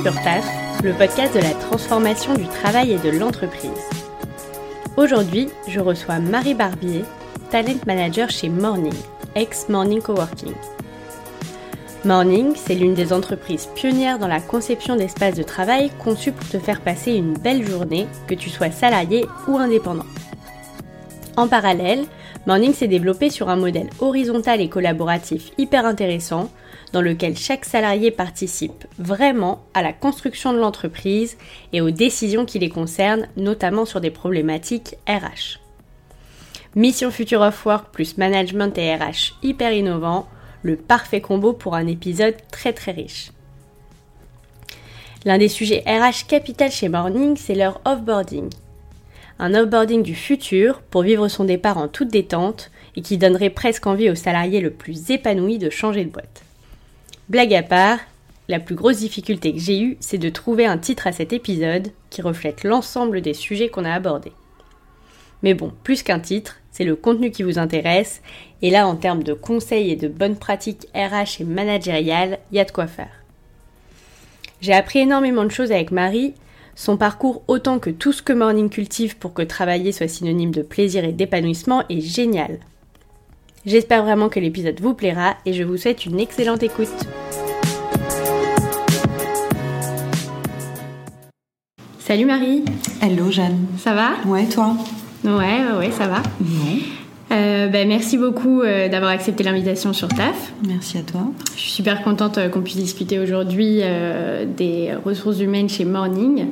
Pur Taf, le podcast de la transformation du travail et de l'entreprise. Aujourd'hui, je reçois Marie Barbier, Talent Manager chez Morning, ex-Morning Coworking. Morning, c'est l'une des entreprises pionnières dans la conception d'espaces de travail conçus pour te faire passer une belle journée, que tu sois salarié ou indépendant. En parallèle, Morning s'est développé sur un modèle horizontal et collaboratif hyper intéressant, dans lequel chaque salarié participe vraiment à la construction de l'entreprise et aux décisions qui les concernent, notamment sur des problématiques RH. Mission Future of Work plus management et RH hyper innovant, le parfait combo pour un épisode très très riche. L'un des sujets RH capital chez Morning, c'est leur offboarding. Un offboarding du futur pour vivre son départ en toute détente et qui donnerait presque envie aux salariés le plus épanoui de changer de boîte. Blague à part, la plus grosse difficulté que j'ai eue, c'est de trouver un titre à cet épisode qui reflète l'ensemble des sujets qu'on a abordés. Mais bon, plus qu'un titre, c'est le contenu qui vous intéresse, et là en termes de conseils et de bonnes pratiques RH et managériales, il y a de quoi faire. J'ai appris énormément de choses avec Marie, son parcours autant que tout ce que Morning cultive pour que travailler soit synonyme de plaisir et d'épanouissement est génial. J'espère vraiment que l'épisode vous plaira et je vous souhaite une excellente écoute. Salut Marie. Hello Jeanne. Ça va ? Ouais, toi ? Ouais, ça va. Merci beaucoup d'avoir accepté l'invitation sur TAF. Merci à toi. Je suis super contente qu'on puisse discuter aujourd'hui des ressources humaines chez Morning.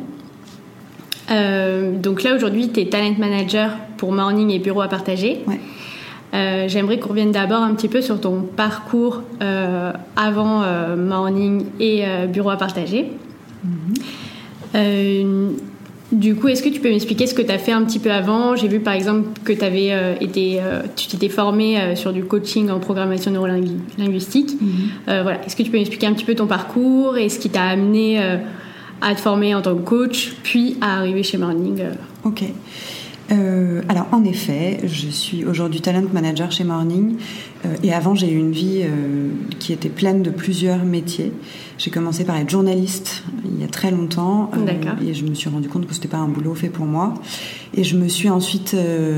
Donc là aujourd'hui, tu es Talent Manager pour Morning et Bureau à partager. Ouais. J'aimerais qu'on revienne d'abord un petit peu sur ton parcours avant Morning et Bureau à partager. Du coup, est-ce que tu peux m'expliquer ce que tu as fait un petit peu avant ? J'ai vu par exemple que tu t'étais formée sur du coaching en programmation neurolinguistique. Est-ce que tu peux m'expliquer un petit peu ton parcours et ce qui t'a amené à te former en tant que coach, puis à arriver chez Morning Ok. Alors en effet, je suis aujourd'hui Talent Manager chez Morning et avant j'ai eu une vie qui était pleine de plusieurs métiers. J'ai commencé par être journaliste il y a très longtemps et je me suis rendu compte que c'était pas un boulot fait pour moi. Et je me suis ensuite,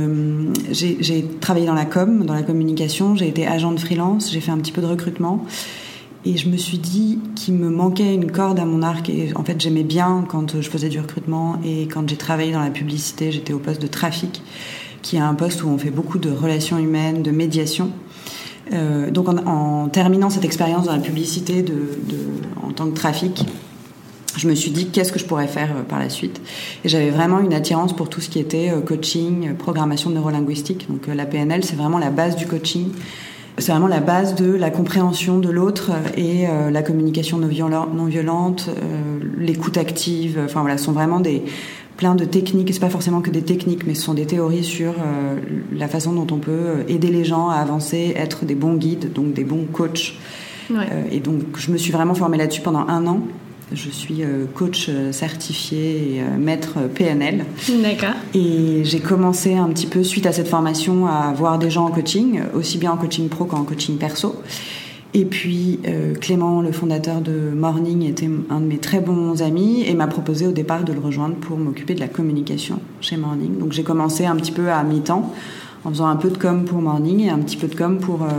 j'ai travaillé dans la com, dans la communication, j'ai été agent de freelance, j'ai fait un petit peu de recrutement. Et je me suis dit qu'il me manquait une corde à mon arc. Et en fait, j'aimais bien quand je faisais du recrutement. Et quand j'ai travaillé dans la publicité, j'étais au poste de trafic, qui est un poste où on fait beaucoup de relations humaines, de médiation. Donc en terminant cette expérience dans la publicité en tant que trafic, je me suis dit qu'est-ce que je pourrais faire par la suite. Et j'avais vraiment une attirance pour tout ce qui était coaching, programmation neurolinguistique. Donc la PNL, c'est vraiment la base du coaching. C'est vraiment la base de la compréhension de l'autre et la communication non violente, l'écoute active. Enfin voilà, ce sont vraiment plein de techniques. Et c'est pas forcément que des techniques, mais ce sont des théories sur la façon dont on peut aider les gens à avancer, être des bons guides, donc des bons coachs. Ouais. Et donc je me suis vraiment formée là-dessus pendant 1 an. Je suis coach certifié et maître PNL. D'accord. Et j'ai commencé un petit peu, suite à cette formation, à voir des gens en coaching, aussi bien en coaching pro qu'en coaching perso. Et puis, Clément, le fondateur de Morning, était un de mes très bons amis et m'a proposé au départ de le rejoindre pour m'occuper de la communication chez Morning. Donc, j'ai commencé un petit peu à mi-temps, en faisant un peu de com pour Morning et un petit peu de com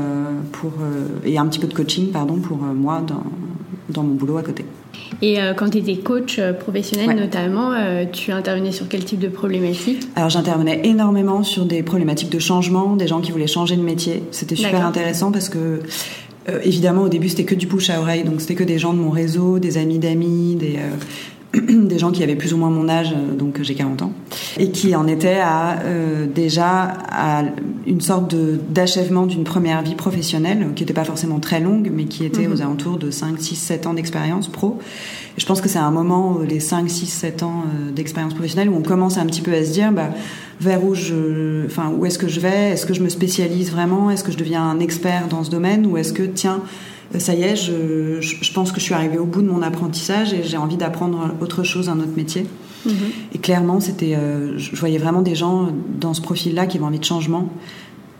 et un petit peu de coaching, pour moi dans mon boulot à côté. Et quand tu étais coach professionnel notamment, tu intervenais sur quel type de problématiques ? Alors j'intervenais énormément sur des problématiques de changement, des gens qui voulaient changer de métier. C'était super intéressant parce que évidemment au début c'était que du bouche à oreille, donc c'était que des gens de mon réseau, des amis d'amis, des gens qui avaient plus ou moins mon âge, donc j'ai 40 ans, et qui en étaient déjà à une sorte d'achèvement d'une première vie professionnelle, qui n'était pas forcément très longue, mais qui était aux alentours de 5, 6, 7 ans d'expérience pro. Et je pense que c'est un moment, les 5, 6, 7 ans d'expérience professionnelle, où on commence un petit peu à se dire vers où est-ce que je vais ? Est-ce que je me spécialise vraiment ? Est-ce que je deviens un expert dans ce domaine ? Ou est-ce que, ça y est, je pense que je suis arrivée au bout de mon apprentissage et j'ai envie d'apprendre autre chose, un autre métier. Et clairement, je voyais vraiment des gens dans ce profil-là qui avaient envie de changement,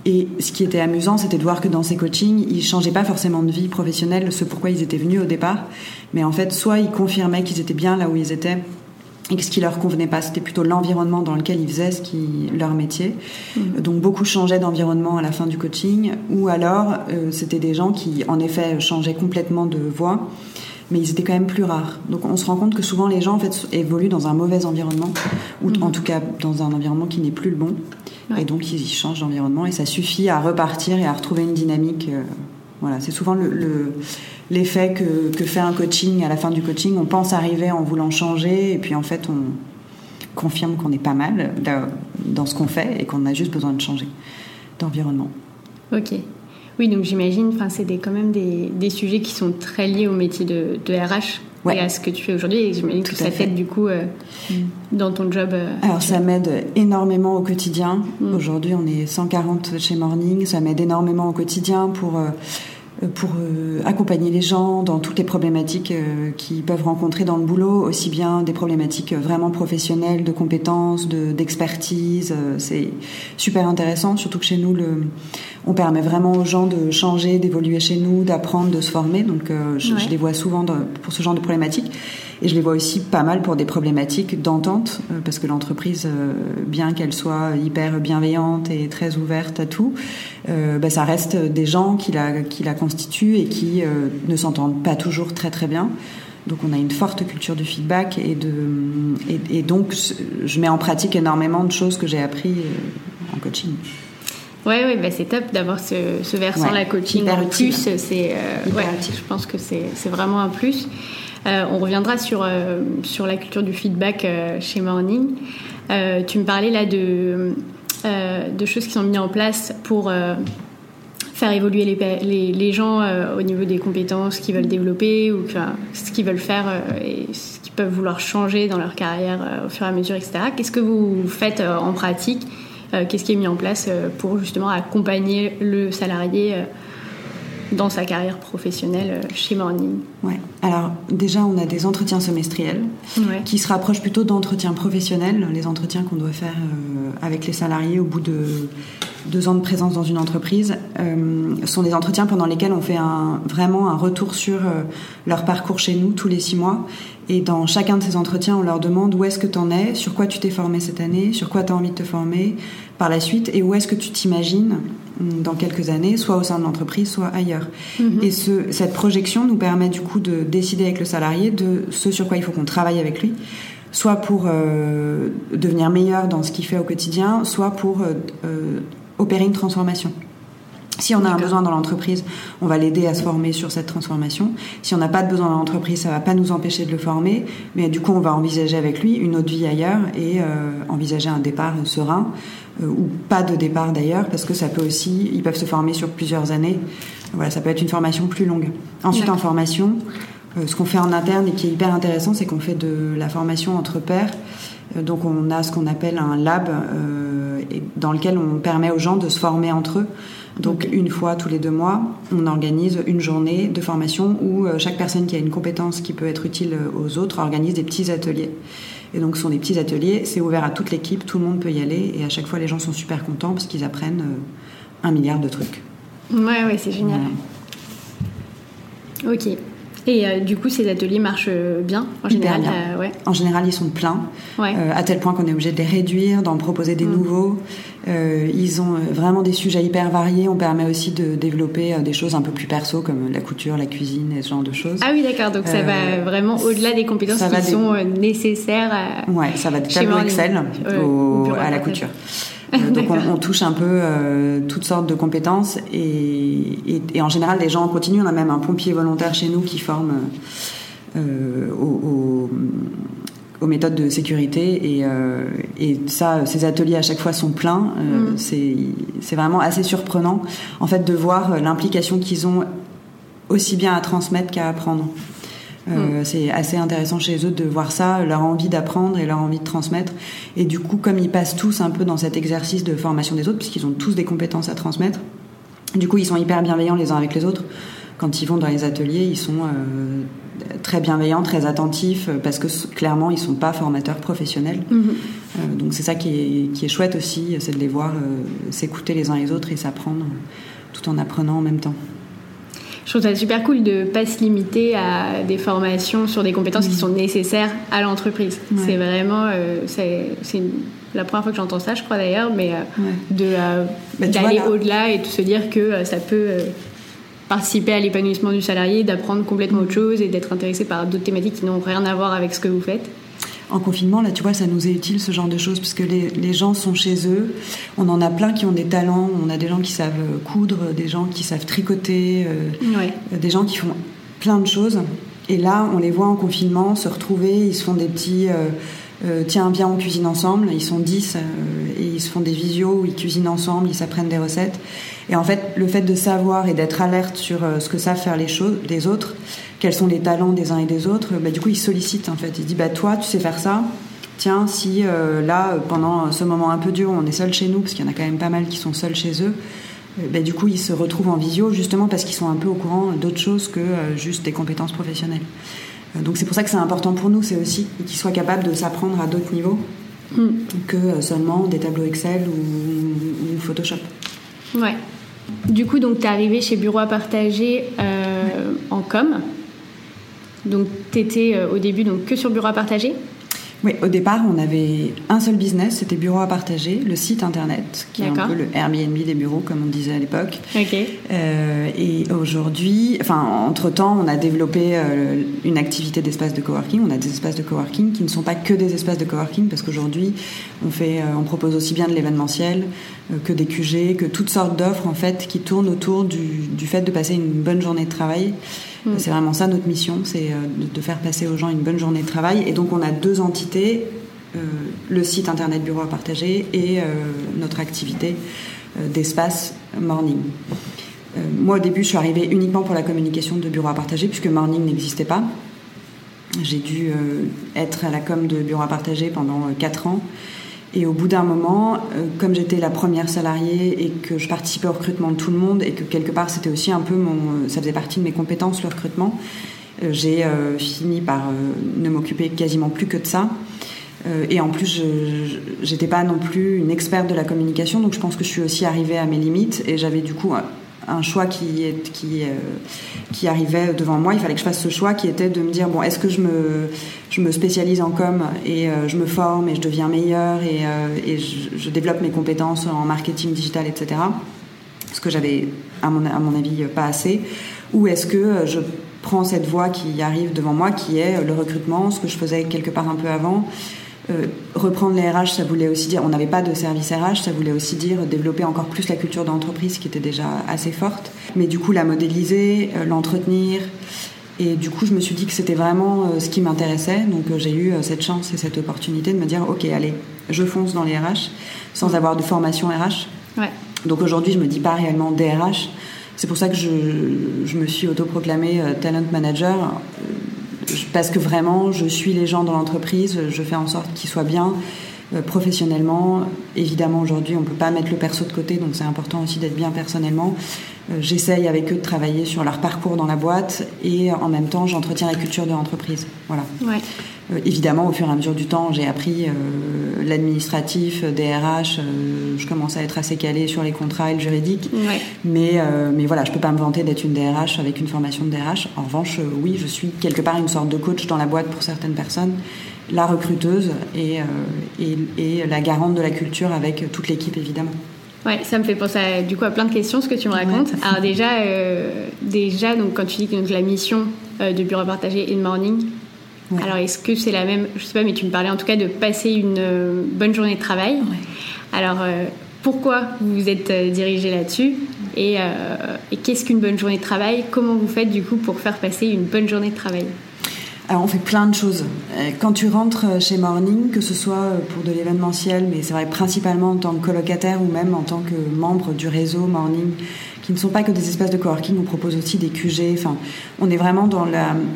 Et ce qui était amusant, c'était de voir que dans ces coachings, ils changeaient pas forcément de vie professionnelle, ce pourquoi ils étaient venus au départ, mais en fait, soit ils confirmaient qu'ils étaient bien là où ils étaient, et que ce qui leur convenait pas, c'était plutôt l'environnement dans lequel ils faisaient leur métier. Donc beaucoup changeaient d'environnement à la fin du coaching, ou alors c'était des gens qui, en effet, changeaient complètement de voie, mais ils étaient quand même plus rares. Donc on se rend compte que souvent les gens en fait évoluent dans un mauvais environnement, ou en tout cas dans un environnement qui n'est plus le bon, et donc ils changent d'environnement, et ça suffit à repartir et à retrouver une dynamique. Voilà, c'est souvent l'effet que fait un coaching. À la fin du coaching, on pense arriver en voulant changer, et puis en fait on confirme qu'on est pas mal dans ce qu'on fait et qu'on a juste besoin de changer d'environnement. Ok. Oui, donc j'imagine, c'est quand même des sujets qui sont très liés au métier de RH et à ce que tu fais aujourd'hui. Et j'imagine que ça t'aide du coup dans ton job. Alors ça m'aide énormément au quotidien. Aujourd'hui, on est 140 chez Morning. Ça m'aide énormément au quotidien pour accompagner les gens dans toutes les problématiques qu'ils peuvent rencontrer dans le boulot, aussi bien des problématiques vraiment professionnelles, de compétences, d'expertise. C'est super intéressant, surtout que chez nous, on permet vraiment aux gens de changer, d'évoluer chez nous, d'apprendre, de se former. Donc je les vois souvent pour ce genre de problématiques. Et je les vois aussi pas mal pour des problématiques d'entente, parce que l'entreprise, bien qu'elle soit hyper bienveillante et très ouverte à tout, ça reste des gens qui la constituent et qui ne s'entendent pas toujours très très bien. Donc on a une forte culture du feedback et donc je mets en pratique énormément de choses que j'ai appris en coaching. Ouais, c'est top d'avoir ce versant-là coaching en plus. Je pense que c'est vraiment un plus. On reviendra sur la culture du feedback chez Morning. Tu me parlais là de choses qui sont mises en place pour faire évoluer les gens au niveau des compétences qu'ils veulent développer ou ce qu'ils veulent faire et ce qu'ils peuvent vouloir changer dans leur carrière au fur et à mesure, etc. Qu'est-ce que vous faites en pratique ? Qu'est-ce qui est mis en place pour justement accompagner le salarié dans sa carrière professionnelle chez Morning? Ouais. Alors déjà, on a des entretiens semestriels qui se rapprochent plutôt d'entretiens professionnels. Les entretiens qu'on doit faire avec les salariés au bout de 2 ans de présence dans une entreprise sont des entretiens pendant lesquels on fait vraiment un retour sur leur parcours chez nous tous les 6 mois. Et dans chacun de ces entretiens, on leur demande où est-ce que tu en es, sur quoi tu t'es formé cette année, sur quoi tu as envie de te former par la suite, et où est-ce que tu t'imagines dans quelques années, soit au sein de l'entreprise, soit ailleurs. Et cette projection nous permet du coup de décider avec le salarié de ce sur quoi il faut qu'on travaille avec lui, soit pour devenir meilleur dans ce qu'il fait au quotidien, soit pour opérer une transformation. Si on a un besoin dans l'entreprise, on va l'aider à se former sur cette transformation. Si on n'a pas de besoin dans l'entreprise, ça va pas nous empêcher de le former, mais du coup, on va envisager avec lui une autre vie ailleurs et envisager un départ serein ou pas de départ d'ailleurs, parce que ça peut aussi, ils peuvent se former sur plusieurs années. Voilà, ça peut être une formation plus longue. Ensuite, en formation, ce qu'on fait en interne et qui est hyper intéressant, c'est qu'on fait de la formation entre pairs. Donc, on a ce qu'on appelle un lab dans lequel on permet aux gens de se former entre eux. Donc une fois tous les 2 mois, on organise une journée de formation où chaque personne qui a une compétence qui peut être utile aux autres organise des petits ateliers. Et donc ce sont des petits ateliers, c'est ouvert à toute l'équipe, tout le monde peut y aller et à chaque fois les gens sont super contents parce qu'ils apprennent 1 milliard de trucs. Ouais, c'est génial. Ouais. Ok. Et du coup, ces ateliers marchent bien en général. En général, ils sont pleins, à tel point qu'on est obligé de les réduire, d'en proposer des nouveaux. Ils ont vraiment des sujets hyper variés. On permet aussi de développer des choses un peu plus perso, comme la couture, la cuisine et ce genre de choses. Ah oui, d'accord. Donc ça va vraiment au-delà des compétences qui sont nécessaires. Ça va des tableaux Excel à la couture. Donc on touche un peu toutes sortes de compétences et en général les gens continuent. On a même un pompier volontaire chez nous qui forme aux méthodes de sécurité et ça, ces ateliers à chaque fois sont pleins. C'est vraiment assez surprenant en fait de voir l'implication qu'ils ont aussi bien à transmettre qu'à apprendre. C'est assez intéressant chez eux de voir ça, leur envie d'apprendre et leur envie de transmettre. Et du coup, comme ils passent tous un peu dans cet exercice de formation des autres, puisqu'ils ont tous des compétences à transmettre, du coup, ils sont hyper bienveillants les uns avec les autres. quand ils vont dans les ateliers, ils sont très bienveillants, très attentifs, parce que clairement, ils sont pas formateurs professionnels. Donc c'est ça qui est chouette aussi, c'est de les voir s'écouter les uns les autres et s'apprendre tout en apprenant en même temps. Je trouve ça super cool de ne pas se limiter à des formations sur des compétences qui sont nécessaires à l'entreprise. Ouais. C'est vraiment... c'est la première fois que j'entends ça, je crois d'ailleurs, mais d'aller au-delà et de se dire que ça peut participer à l'épanouissement du salarié, d'apprendre complètement autre chose et d'être intéressé par d'autres thématiques qui n'ont rien à voir avec ce que vous faites. En confinement, là, tu vois, ça nous est utile, ce genre de choses, parce que les gens sont chez eux. On en a plein qui ont des talents. On a des gens qui savent coudre, des gens qui savent tricoter, des gens qui font plein de choses. Et là, on les voit en confinement se retrouver. Ils se font des petits... tiens, viens, on cuisine ensemble. Ils sont 10 et ils se font des visios où ils cuisinent ensemble, ils s'apprennent des recettes. Et en fait, le fait de savoir et d'être alerte sur ce que savent faire les autres, quels sont les talents des uns et des autres, du coup, ils sollicitent, en fait. Ils disent, toi, tu sais faire ça. Tiens, si là, pendant ce moment un peu dur, on est seul chez nous, parce qu'il y en a quand même pas mal qui sont seuls chez eux, du coup, ils se retrouvent en visio, justement parce qu'ils sont un peu au courant d'autres choses que juste des compétences professionnelles. Donc c'est pour ça que c'est important pour nous, c'est aussi qu'ils soient capables de s'apprendre à d'autres niveaux que seulement des tableaux Excel ou Photoshop. Ouais. Du coup, donc, t'es arrivée chez Bureau à partager en com. Donc, t'étais au début donc, que sur Bureau à partager ? Oui, au départ, on avait un seul business, c'était Bureau à partager, le site internet, qui est un peu le Airbnb des bureaux, comme on disait à l'époque. Okay. Et aujourd'hui, entre-temps, on a développé une activité d'espace de coworking. On a des espaces de coworking qui ne sont pas que des espaces de coworking, parce qu'aujourd'hui, on propose aussi bien de l'événementiel que des QG, que toutes sortes d'offres, en fait, qui tournent autour du fait de passer une bonne journée de travail. C'est vraiment ça notre mission, c'est de faire passer aux gens une bonne journée de travail. Et donc on a deux entités, le site internet Bureau à partager et notre activité d'espace Morning. Moi au début je suis arrivée uniquement pour la communication de Bureau à partager puisque Morning n'existait pas. J'ai dû être à la com de Bureau à partager pendant 4 ans. Et au bout d'un moment, comme j'étais la première salariée et que je participais au recrutement de tout le monde et que quelque part c'était aussi un peu ça faisait partie de mes compétences le recrutement, j'ai fini par ne m'occuper quasiment plus que de ça. Et en plus, j'étais pas non plus une experte de la communication, donc je pense que je suis aussi arrivée à mes limites et j'avais du coup un choix qui arrivait devant moi. Il fallait que je fasse ce choix qui était de me dire est-ce que je me spécialise en com et je me forme et je deviens meilleure et je développe mes compétences en marketing digital, etc. Ce que j'avais à mon avis pas assez, ou est-ce que je prends cette voie qui arrive devant moi qui est le recrutement, ce que je faisais quelque part un peu avant. Reprendre les RH, ça voulait aussi dire, on n'avait pas de service RH, ça voulait aussi dire développer encore plus la culture d'entreprise qui était déjà assez forte, mais du coup la modéliser, l'entretenir, et du coup je me suis dit que c'était vraiment ce qui m'intéressait, donc j'ai eu cette chance et cette opportunité de me dire ok allez, je fonce dans les RH sans avoir de formation RH. Ouais. Donc aujourd'hui je me dis pas réellement DRH, c'est pour ça que je me suis autoproclamée talent manager, parce que vraiment je suis les gens dans l'entreprise, je fais en sorte qu'ils soient bien professionnellement. Évidemment aujourd'hui on ne peut pas mettre le perso de côté, donc c'est important aussi d'être bien personnellement. J'essaye avec eux de travailler sur leur parcours dans la boîte et en même temps j'entretiens la culture de l'entreprise. Voilà. Ouais. Évidemment au fur et à mesure du temps j'ai appris l'administratif, des RH, je commence à être assez calée sur les contrats et le juridique. Ouais. Mais voilà, je peux pas me vanter d'être une DRH avec une formation de DRH. En revanche, oui, je suis quelque part une sorte de coach dans la boîte pour certaines personnes, la recruteuse et la garante de la culture avec toute l'équipe évidemment. Ouais, ça me fait penser à plein de questions ce que tu me racontes. Ouais. Alors déjà donc quand tu dis que la mission de Bureau à partager et de Morning, ouais. Alors est-ce que c'est la même, je sais pas, mais tu me parlais en tout cas de passer une bonne journée de travail. Ouais. Alors pourquoi vous vous êtes dirigé là-dessus et qu'est-ce qu'une bonne journée de travail? Comment vous faites du coup pour faire passer une bonne journée de travail? Alors on fait plein de choses. Quand tu rentres chez Morning, que ce soit pour de l'événementiel, mais c'est vrai principalement en tant que colocataire ou même en tant que membre du réseau Morning, qui ne sont pas que des espaces de coworking, on propose aussi des QG. Enfin, on est vraiment dans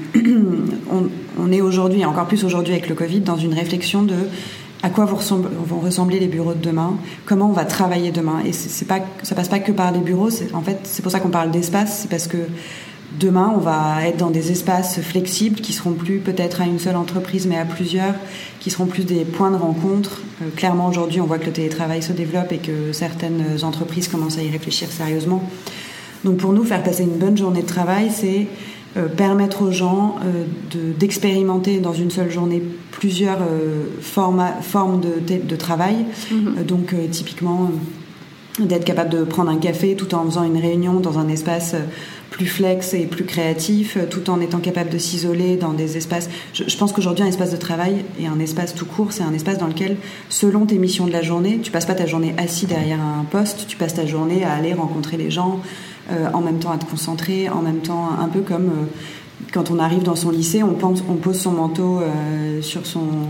on est aujourd'hui, encore plus aujourd'hui avec le Covid, dans une réflexion de à quoi vont ressembler les bureaux de demain, comment on va travailler demain. Et ça passe pas que par des bureaux. C'est pour ça qu'on parle d'espace, c'est parce que Demain, on va être dans des espaces flexibles qui seront plus peut-être à une seule entreprise, mais à plusieurs, qui seront plus des points de rencontre. Clairement, aujourd'hui, on voit que le télétravail se développe et que certaines entreprises commencent à y réfléchir sérieusement. Donc pour nous, faire passer une bonne journée de travail, c'est permettre aux gens d'expérimenter dans une seule journée plusieurs formes de travail. Donc typiquement, d'être capable de prendre un café tout en faisant une réunion dans un espace plus flex et plus créatif, tout en étant capable de s'isoler dans des espaces. Je pense qu'aujourd'hui, un espace de travail et un espace tout court, c'est un espace dans lequel, selon tes missions de la journée, tu passes pas ta journée assis derrière un poste, tu passes ta journée à aller rencontrer les gens, en même temps à te concentrer, en même temps un peu comme quand on arrive dans son lycée, on pose son manteau sur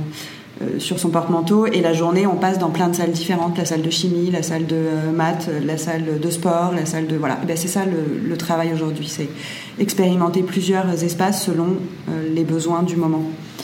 son porte-manteau, et la journée on passe dans plein de salles différentes, la salle de chimie, la salle de maths, la salle de sport, la salle de... Voilà, et ben c'est ça le travail aujourd'hui, c'est expérimenter plusieurs espaces selon les besoins du moment.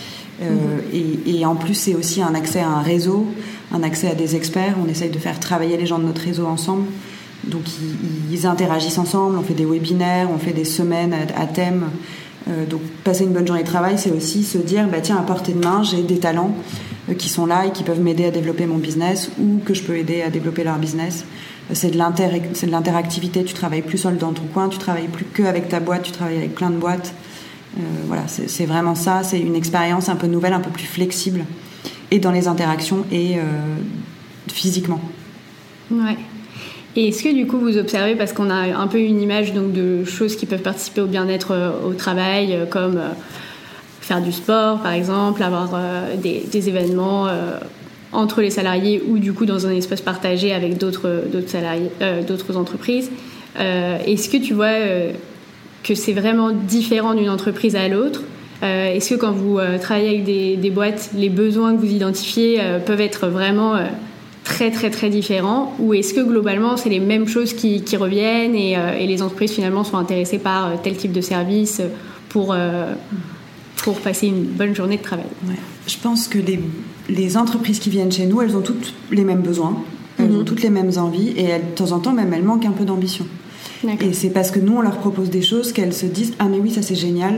Et en plus c'est aussi un accès à un réseau, un accès à des experts. On essaye de faire travailler les gens de notre réseau ensemble, donc ils interagissent ensemble, on fait des webinaires, on fait des semaines à thème. Donc passer une bonne journée de travail, c'est aussi se dire tiens, à portée de main, j'ai des talents qui sont là et qui peuvent m'aider à développer mon business, ou que je peux aider à développer leur business. C'est de l'interactivité, tu travailles plus seul dans ton coin, tu travailles plus que avec ta boîte, tu travailles avec plein de boîtes. Voilà, c'est vraiment ça, c'est une expérience un peu nouvelle, un peu plus flexible, et dans les interactions et physiquement. Ouais. Et est-ce que du coup vous observez, parce qu'on a un peu une image donc de choses qui peuvent participer au bien-être au travail, comme faire du sport par exemple, avoir des événements entre les salariés ou du coup dans un espace partagé avec d'autres salariés, d'autres entreprises. Est-ce que tu vois que c'est vraiment différent d'une entreprise à l'autre? Est-ce que quand vous travaillez avec des boîtes, les besoins que vous identifiez peuvent être vraiment très très très différents, ou est-ce que globalement c'est les mêmes choses qui reviennent et les entreprises finalement sont intéressées par tel type de service pour passer une bonne journée de travail? Ouais. Je pense que les entreprises qui viennent chez nous, elles ont toutes les mêmes besoins, elles ont toutes les mêmes envies, et de temps en temps même elles manquent un peu d'ambition. D'accord. Et c'est parce que nous on leur propose des choses qu'elles se disent ah mais oui, ça c'est génial,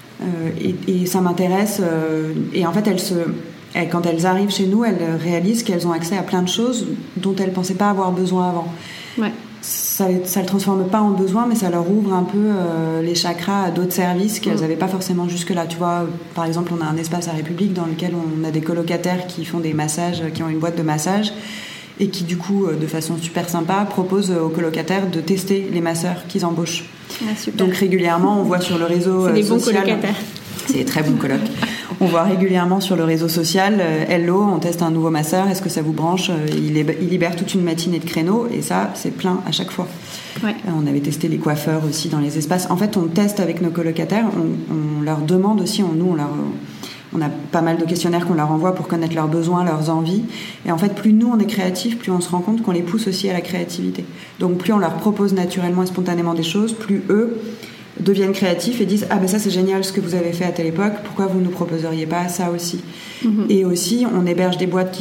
et ça m'intéresse, et en fait quand elles arrivent chez nous, elles réalisent qu'elles ont accès à plein de choses dont elles ne pensaient pas avoir besoin avant. Ouais. Ça ne le transforme pas en besoin, mais ça leur ouvre un peu les chakras à d'autres services qu'elles n'avaient pas forcément jusque-là. Tu vois, par exemple, on a un espace à République dans lequel on a des colocataires qui font des massages, qui ont une boîte de massage, et qui, du coup, de façon super sympa, proposent aux colocataires de tester les masseurs qu'ils embauchent. Ah, super. Donc régulièrement, on voit sur le réseau social... C'est des bons colocataires. C'est des très bons colocs. On voit régulièrement sur le réseau social hello, on teste un nouveau masseur, est-ce que ça vous branche? Il libère toute une matinée de créneaux, et ça, c'est plein à chaque fois. Ouais. On avait testé les coiffeurs aussi dans les espaces. En fait, on teste avec nos colocataires, on leur demande aussi, on a pas mal de questionnaires qu'on leur envoie pour connaître leurs besoins, leurs envies. Et en fait, plus nous, on est créatifs, plus on se rend compte qu'on les pousse aussi à la créativité. Donc, plus on leur propose naturellement et spontanément des choses, plus eux deviennent créatifs et disent « Ah ben ça c'est génial ce que vous avez fait à telle époque, pourquoi vous ne nous proposeriez pas ça aussi ?» Et aussi, on héberge des boîtes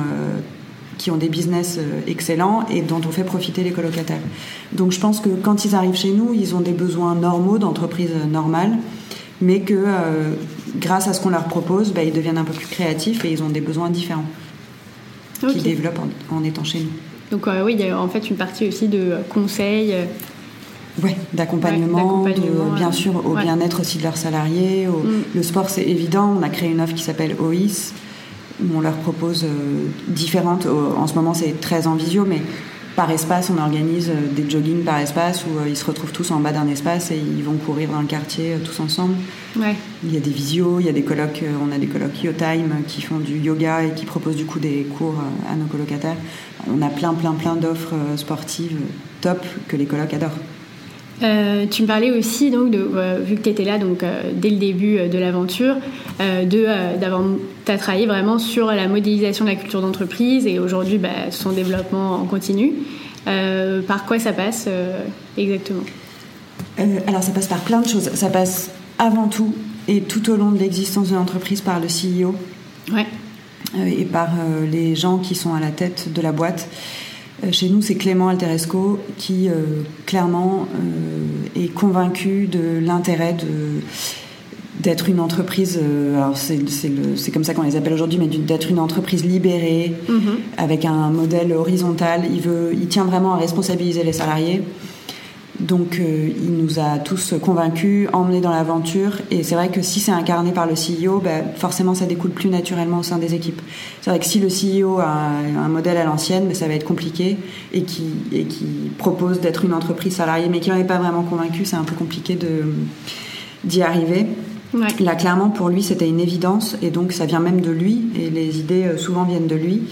qui ont des business excellents et dont on fait profiter les colocataires. Donc je pense que quand ils arrivent chez nous, ils ont des besoins normaux d'entreprise normale, mais que grâce à ce qu'on leur propose, ils deviennent un peu plus créatifs et ils ont des besoins différents qu'ils développent en étant chez nous. Donc oui, il y a en fait une partie aussi de conseils. Ouais, d'accompagnement, bien sûr au bien-être aussi de leurs salariés. Le sport, c'est évident. On a créé une offre qui s'appelle OIS, où on leur propose différentes. En ce moment, c'est très en visio, mais par espace, on organise des joggings par espace où ils se retrouvent tous en bas d'un espace et ils vont courir dans le quartier tous ensemble. Ouais. Il y a des visios, il y a des colloques. On a des colloques YoTime qui font du yoga et qui proposent du coup des cours à nos colocataires. On a plein d'offres sportives top que les colocs adorent. Tu me parlais aussi, donc, vu que tu étais là dès le début de l'aventure, t'as travaillé vraiment sur la modélisation de la culture d'entreprise et aujourd'hui son développement en continu. Par quoi ça passe exactement? Alors ça passe par plein de choses. Ça passe avant tout et tout au long de l'existence de l'entreprise par le CEO, ouais. Et par les gens qui sont à la tête de la boîte. Chez nous, c'est Clément Alteresco qui, clairement, est convaincu de l'intérêt d'être une entreprise, alors c'est comme ça qu'on les appelle aujourd'hui, mais d'être une entreprise libérée, avec un modèle horizontal. Il tient vraiment à responsabiliser les salariés. Donc il nous a tous convaincus, emmenés dans l'aventure, et c'est vrai que si c'est incarné par le CEO, forcément ça découle plus naturellement au sein des équipes. C'est vrai que si le CEO a un modèle à l'ancienne, ça va être compliqué, et qui propose d'être une entreprise salariée mais qui n'en est pas vraiment convaincu, c'est un peu compliqué d'y arriver. Ouais. Là, clairement, pour lui, c'était une évidence, et donc ça vient même de lui, et les idées souvent viennent de lui.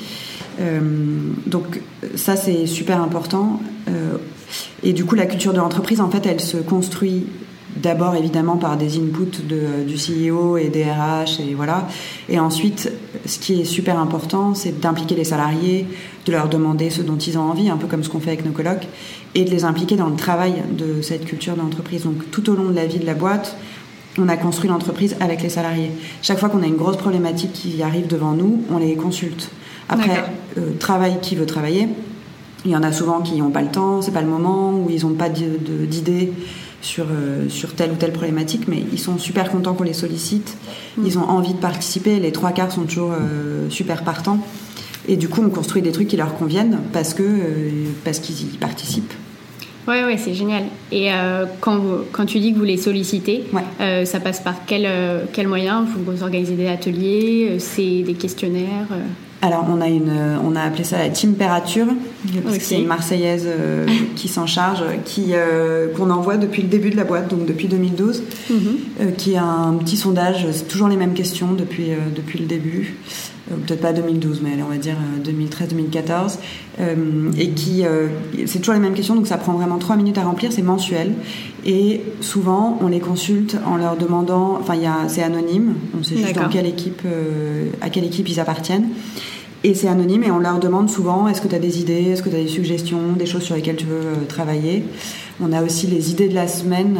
Donc ça, c'est super important. Et du coup, la culture de l'entreprise, en fait, elle se construit d'abord, évidemment, par des inputs du CEO et des RH, et voilà. Et ensuite, ce qui est super important, c'est d'impliquer les salariés, de leur demander ce dont ils ont envie, un peu comme ce qu'on fait avec nos colloques, et de les impliquer dans le travail de cette culture de l'entreprise. Donc, tout au long de la vie de la boîte, on a construit l'entreprise avec les salariés. Chaque fois qu'on a une grosse problématique qui arrive devant nous, on les consulte. Après, travail qui veut travailler. Il y en a souvent qui n'ont pas le temps, c'est pas le moment, ou ils n'ont pas d'idées sur telle ou telle problématique, mais ils sont super contents qu'on les sollicite. Ils ont envie de participer. Les 3/4 sont toujours super partants. Et du coup, on construit des trucs qui leur conviennent parce qu'ils y participent. Ouais, c'est génial. Et quand tu dis que vous les sollicitez, ça passe par quel moyen? Vous organisez des ateliers, c'est des questionnaires Alors, on a appelé ça la température, parce que c'est une Marseillaise qui s'en charge, qu'on envoie depuis le début de la boîte, donc depuis 2012, qui est un petit sondage, c'est toujours les mêmes questions depuis le début. Peut-être pas 2012, mais allez, on va dire 2013-2014, et c'est toujours les mêmes questions, donc ça prend vraiment 3 minutes à remplir, c'est mensuel, et souvent on les consulte en leur demandant, c'est anonyme, on sait juste à quelle équipe ils appartiennent, et c'est anonyme, et on leur demande souvent, est-ce que tu as des idées, est-ce que tu as des suggestions, des choses sur lesquelles tu veux travailler. On a aussi les idées de la semaine,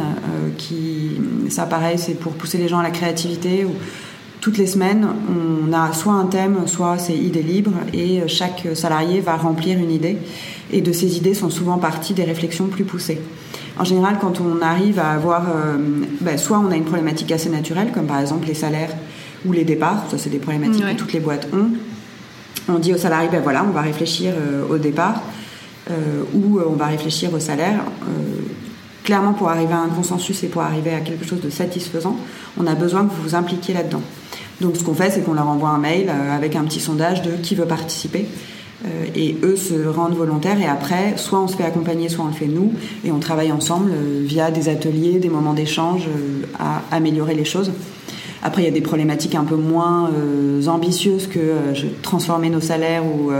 ça pareil, c'est pour pousser les gens à la créativité, toutes les semaines, on a soit un thème, soit c'est idées libres, et chaque salarié va remplir une idée. Et de ces idées sont souvent parties des réflexions plus poussées. En général, quand on arrive à avoir... soit on a une problématique assez naturelle, comme par exemple les salaires ou les départs. Ça, c'est des problématiques que toutes les boîtes ont. On dit aux salariés, on va réfléchir au départ, ou on va réfléchir au salaire. Clairement, pour arriver à un consensus et pour arriver à quelque chose de satisfaisant, on a besoin que vous vous impliquiez là-dedans. Donc ce qu'on fait, c'est qu'on leur envoie un mail avec un petit sondage de qui veut participer, et eux se rendent volontaires, et après, soit on se fait accompagner, soit on le fait nous, et on travaille ensemble via des ateliers, des moments d'échange à améliorer les choses. Après, il y a des problématiques un peu moins ambitieuses que transformer nos salaires ou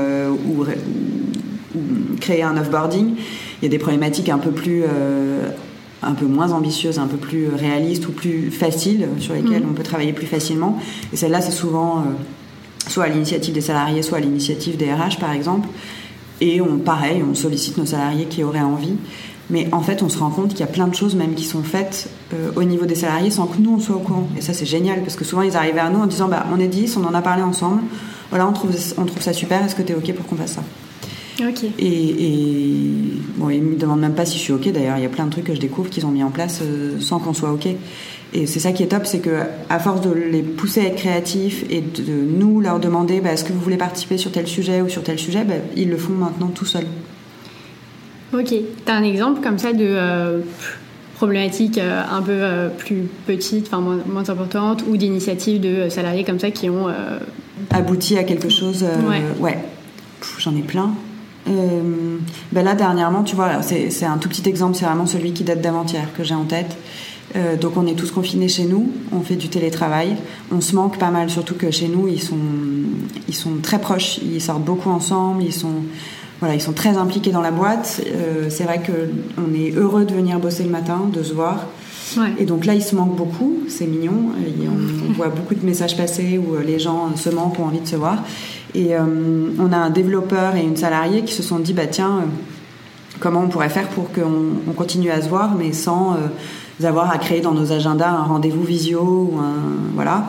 créer un offboarding. Il y a des problématiques un peu moins ambitieuses, un peu plus réalistes ou plus faciles, sur lesquelles on peut travailler plus facilement. Et celle-là, c'est souvent soit à l'initiative des salariés, soit à l'initiative des RH, par exemple. Et on sollicite nos salariés qui auraient envie. Mais en fait, on se rend compte qu'il y a plein de choses même qui sont faites au niveau des salariés sans que nous, on soit au courant. Et ça, c'est génial, parce que souvent, ils arrivent à nous en disant on est 10, on en a parlé ensemble, voilà, on trouve ça super, est-ce que tu es OK pour qu'on fasse ça? Ok. Ils me demandent même pas si je suis OK. D'ailleurs, il y a plein de trucs que je découvre qu'ils ont mis en place sans qu'on soit OK. Et c'est ça qui est top, c'est que à force de les pousser à être créatifs et de nous leur demander est-ce que vous voulez participer sur tel sujet ou sur tel sujet, ils le font maintenant tout seuls. Ok. T'as un exemple comme ça de problématique un peu plus petite, moins importante, ou d'initiatives de salariés comme ça qui ont abouti à quelque chose? Ouais. J'en ai plein. Là, dernièrement, tu vois, c'est un tout petit exemple, c'est vraiment celui qui date d'avant-hier que j'ai en tête. Donc on est tous confinés chez nous, on fait du télétravail, on se manque pas mal, surtout que chez nous ils sont très proches, ils sortent beaucoup ensemble, ils sont très impliqués dans la boîte. C'est vrai qu'on est heureux de venir bosser le matin, de se voir. Ouais. Et donc là, ils se manquent beaucoup, c'est mignon. On voit beaucoup de messages passer où les gens se manquent, ont envie de se voir. Et on a un développeur et une salariée qui se sont dit, comment on pourrait faire pour qu'on continue à se voir, mais sans avoir à créer dans nos agendas un rendez-vous visio, voilà.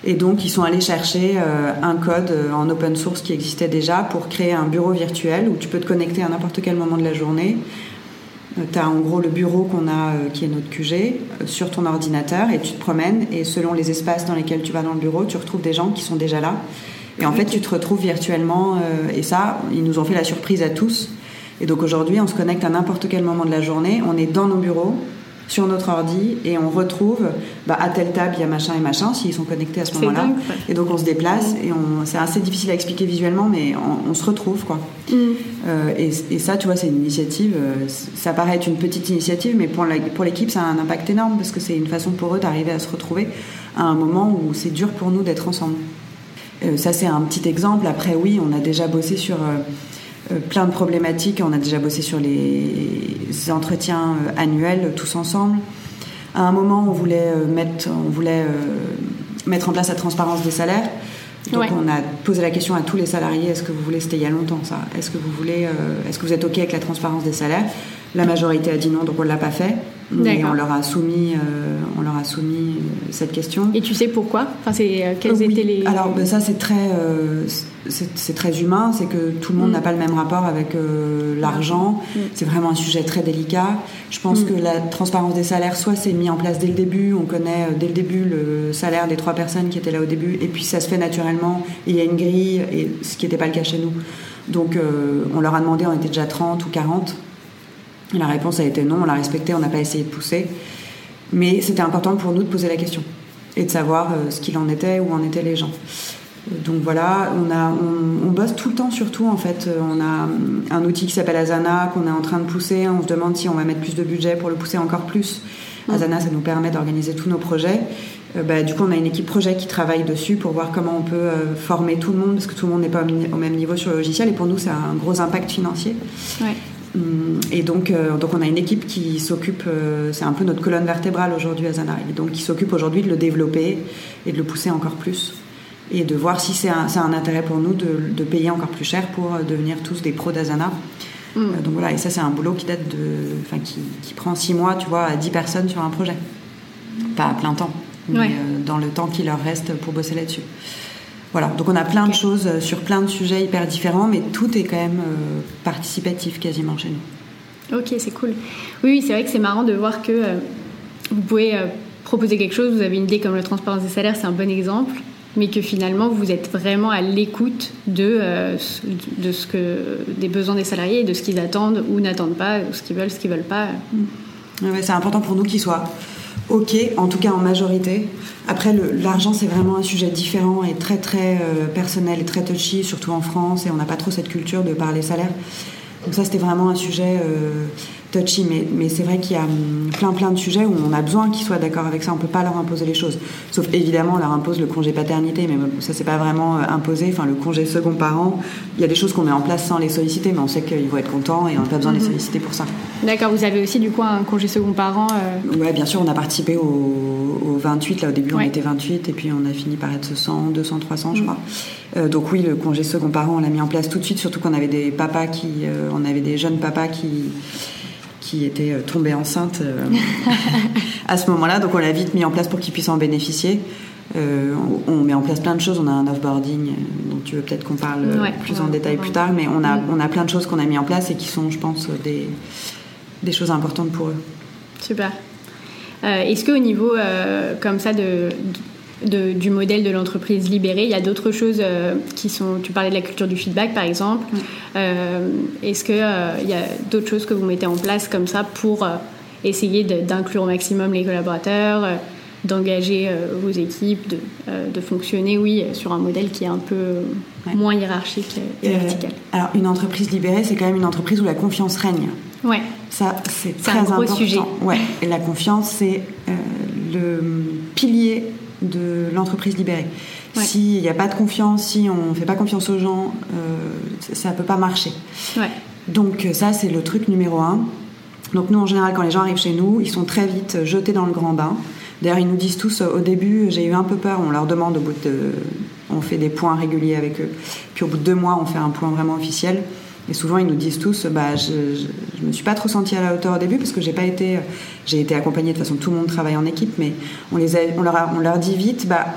Et donc, ils sont allés chercher un code en open source qui existait déjà pour créer un bureau virtuel où tu peux te connecter à n'importe quel moment de la journée. Tu as en gros le bureau qu'on a, qui est notre QG, sur ton ordinateur, et tu te promènes, et selon les espaces dans lesquels tu vas dans le bureau, tu retrouves des gens qui sont déjà là. Et en fait, tu te retrouves virtuellement, et ça, ils nous ont fait la surprise à tous. Et donc aujourd'hui, on se connecte à n'importe quel moment de la journée, on est dans nos bureaux, sur notre ordi, et on retrouve à telle table il y a machin et machin s'ils sont connectés à ce moment-là. Dingue. Et donc on se déplace, et c'est assez difficile à expliquer visuellement, mais on se retrouve quoi. Et ça, tu vois, c'est une initiative, ça paraît être une petite initiative, mais pour l'équipe ça a un impact énorme, parce que c'est une façon pour eux d'arriver à se retrouver à un moment où c'est dur pour nous d'être ensemble. Ça, c'est un petit exemple. Après, oui, on a déjà bossé sur plein de problématiques. On a déjà bossé sur les entretiens annuels tous ensemble. À un moment, on voulait mettre en place la transparence des salaires. Donc, on a posé la question à tous les salariés, est-ce que vous voulez, c'était il y a longtemps ça, est-ce que vous êtes OK avec la transparence des salaires? La majorité a dit non, donc on ne l'a pas fait. Mais on leur a soumis cette question. Et tu sais pourquoi? Enfin, quels étaient les... Alors ça, c'est très humain, c'est que tout le monde n'a pas le même rapport avec l'argent. C'est vraiment un sujet très délicat. Je pense que la transparence des salaires, soit c'est mis en place dès le début, on connaît dès le début le salaire des 3 personnes qui étaient là au début, et puis ça se fait naturellement, et il y a une grille, et ce qui n'était pas le cas chez nous. Donc on leur a demandé, on était déjà 30 ou 40. La réponse a été non, on l'a respecté, on n'a pas essayé de pousser. Mais c'était important pour nous de poser la question et de savoir ce qu'il en était, où en étaient les gens. Donc voilà, on bosse tout le temps surtout en fait. On a un outil qui s'appelle Asana qu'on est en train de pousser. On se demande si on va mettre plus de budget pour le pousser encore plus. Asana, ça nous permet d'organiser tous nos projets. Du coup, on a une équipe projet qui travaille dessus pour voir comment on peut former tout le monde, parce que tout le monde n'est pas au même niveau sur le logiciel. Et pour nous, ça a un gros impact financier. Ouais. Et donc on a une équipe qui s'occupe, c'est un peu notre colonne vertébrale aujourd'hui à Asana, et donc qui s'occupe aujourd'hui de le développer et de le pousser encore plus, et de voir si c'est un intérêt pour nous de payer encore plus cher pour devenir tous des pros d'Asana. Donc voilà, et ça c'est un boulot qui qui prend 6 mois, tu vois, à 10 personnes sur un projet, pas à plein temps, mais dans le temps qui leur reste pour bosser là-dessus. Voilà, donc on a plein de choses sur plein de sujets hyper différents, mais tout est quand même participatif quasiment chez nous. Ok, c'est cool. Oui, c'est vrai que c'est marrant de voir que vous pouvez proposer quelque chose, vous avez une idée comme la transparence des salaires, c'est un bon exemple, mais que finalement vous êtes vraiment à l'écoute des besoins des salariés, et de ce qu'ils attendent ou n'attendent pas, ou ce qu'ils veulent pas. Ouais, c'est important pour nous qu'ils soient OK, en tout cas en majorité. Après, l'argent, c'est vraiment un sujet différent et très très personnel et très touchy, surtout en France, et on n'a pas trop cette culture de parler salaire. Donc ça, c'était vraiment un sujet touchy, mais c'est vrai qu'il y a plein de sujets où on a besoin qu'ils soient d'accord avec ça. On peut pas leur imposer les choses, sauf évidemment on leur impose le congé paternité, mais ça c'est pas vraiment imposé. Enfin, le congé second parent, il y a des choses qu'on met en place sans les solliciter, mais on sait qu'ils vont être contents et on n'a pas besoin de les solliciter pour ça. D'accord, vous avez aussi du coup un congé second parent Ouais, bien sûr, on a participé au 28, là au début on était 28, et puis on a fini par être 100, 200, 300 je crois. Donc oui, le congé second parent on l'a mis en place tout de suite, surtout qu'on avait des papas on avait des jeunes papas qui étaient tombés enceintes à ce moment-là, donc on l'a vite mis en place pour qu'ils puissent en bénéficier. On met en place plein de choses, on a un offboarding dont tu veux peut-être qu'on parle plus en détail plus tard, mais on a plein de choses qu'on a mis en place et qui sont, je pense, des choses importantes pour eux. Super. Est-ce qu'au niveau comme ça du modèle de l'entreprise libérée, il y a d'autres choses qui sont... Tu parlais de la culture du feedback, par exemple. Est-ce qu'il y a d'autres choses que vous mettez en place comme ça pour essayer d'inclure au maximum les collaborateurs, d'engager vos équipes, de fonctionner, sur un modèle qui est un peu moins hiérarchique et vertical? Alors, une entreprise libérée, c'est quand même une entreprise où la confiance règne. Ouais. Ça, c'est très important. C'est un gros sujet. Ouais. Et la confiance, c'est le pilier de l'entreprise libérée. Ouais. S'il n'y a pas de confiance, si on ne fait pas confiance aux gens, ça ne peut pas marcher. Ouais. Donc ça, c'est le truc numéro 1. Donc nous, en général, quand les gens arrivent chez nous, ils sont très vite jetés dans le grand bain. D'ailleurs, ils nous disent tous, au début, j'ai eu un peu peur. On leur demande, on fait des points réguliers avec eux. Puis au bout de 2 mois, on fait un point vraiment officiel. Et souvent, ils nous disent tous, je me suis pas trop sentie à la hauteur au début parce que j'ai été accompagnée. De toute façon, tout le monde travaille en équipe, mais on leur dit vite,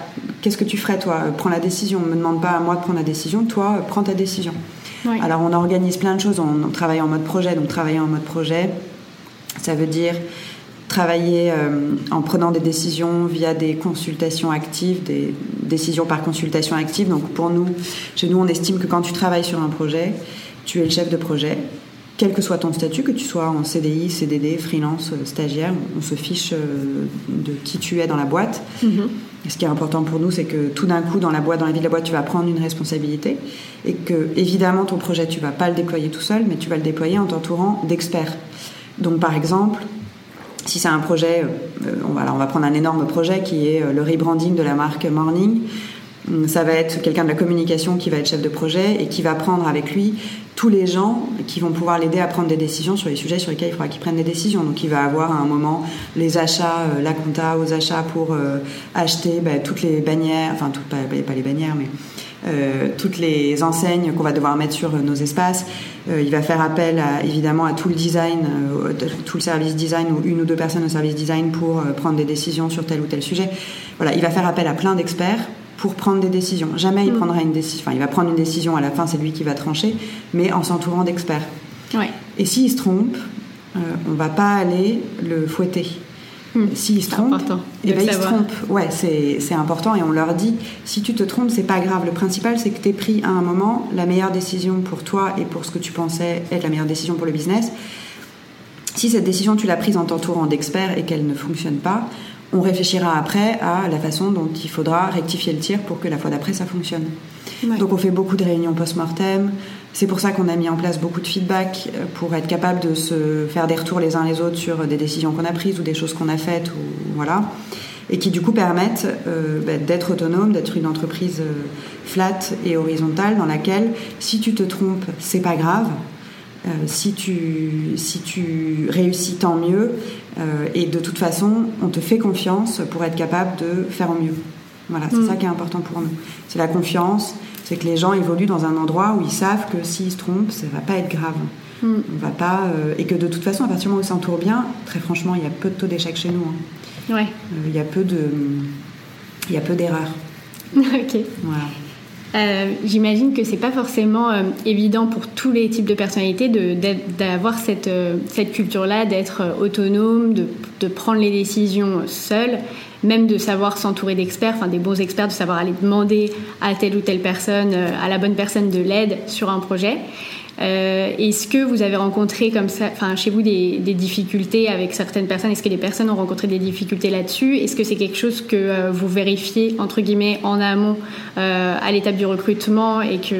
qu'est-ce que tu ferais toi ? Prends la décision. Ne me demande pas à moi de prendre la décision. Toi, prends ta décision. Ouais. Alors on organise plein de choses. On travaille en mode projet. Donc travailler en mode projet, ça veut dire travailler en prenant des décisions via des consultations actives, des décisions par consultation active. Donc pour nous, chez nous, on estime que quand tu travailles sur un projet, tu es le chef de projet. Quel que soit ton statut, que tu sois en CDI, CDD, freelance, stagiaire, on se fiche de qui tu es dans la boîte. Et ce qui est important pour nous, c'est que tout d'un coup, dans la vie de la boîte, tu vas prendre une responsabilité et que, évidemment, ton projet, tu vas pas le déployer tout seul, mais tu vas le déployer en t'entourant d'experts. Donc, par exemple, si c'est un projet, on va prendre un énorme projet qui est le rebranding de la marque Morning. Ça va être quelqu'un de la communication qui va être chef de projet et qui va prendre avec lui tous les gens qui vont pouvoir l'aider à prendre des décisions sur les sujets sur lesquels il faudra qu'il prenne des décisions. Donc il va avoir à un moment les achats, la compta aux achats pour acheter toutes les bannières, enfin pas les bannières, mais toutes les enseignes qu'on va devoir mettre sur nos espaces. Il va faire appel évidemment à tout le design, tout le service design ou une ou deux personnes au service design pour prendre des décisions sur tel ou tel sujet. Voilà, il va faire appel à plein d'experts pour prendre des décisions. Jamais il prendra une décision. Enfin, il va prendre une décision, à la fin, c'est lui qui va trancher, mais en s'entourant d'experts. Ouais. Et s'il se trompe, on va pas aller le fouetter. S'il se trompe, il se trompe. Ouais, c'est important et on leur dit, si tu te trompes, c'est pas grave. Le principal, c'est que tu aies pris à un moment la meilleure décision pour toi et pour ce que tu pensais être la meilleure décision pour le business. Si cette décision, tu l'as prise en t'entourant d'experts et qu'elle ne fonctionne pas, on réfléchira après à la façon dont il faudra rectifier le tir pour que la fois d'après ça fonctionne. Ouais. Donc on fait beaucoup de réunions post-mortem. C'est pour ça qu'on a mis en place beaucoup de feedback pour être capable de se faire des retours les uns les autres sur des décisions qu'on a prises ou des choses qu'on a faites voilà, et qui du coup permettent d'être autonome, d'être une entreprise flat et horizontale dans laquelle si tu te trompes, c'est pas grave. Si tu réussis, tant mieux. Et de toute façon, on te fait confiance pour être capable de faire au mieux. Voilà, c'est ça qui est important pour nous. C'est la confiance, c'est que les gens évoluent dans un endroit où ils savent que s'ils se trompent, ça va pas être grave. On va pas, et que de toute façon, à partir du moment où ils s'entourent bien, très franchement, il y a peu de taux d'échec chez nous. Ouais. Il y a peu d'erreurs. Ok. Voilà. J'imagine que c'est pas forcément évident pour tous les types de personnalités d'avoir cette culture-là, d'être autonome, de prendre les décisions seul, même de savoir s'entourer d'experts, enfin des bons experts, de savoir aller demander à telle ou telle personne, à la bonne personne de l'aide sur un projet. Est-ce que vous avez rencontré comme ça, enfin chez vous des difficultés avec certaines personnes? Est-ce que les personnes ont rencontré des difficultés là-dessus? Est-ce que c'est quelque chose que vous vérifiez entre guillemets en amont à l'étape du recrutement et qui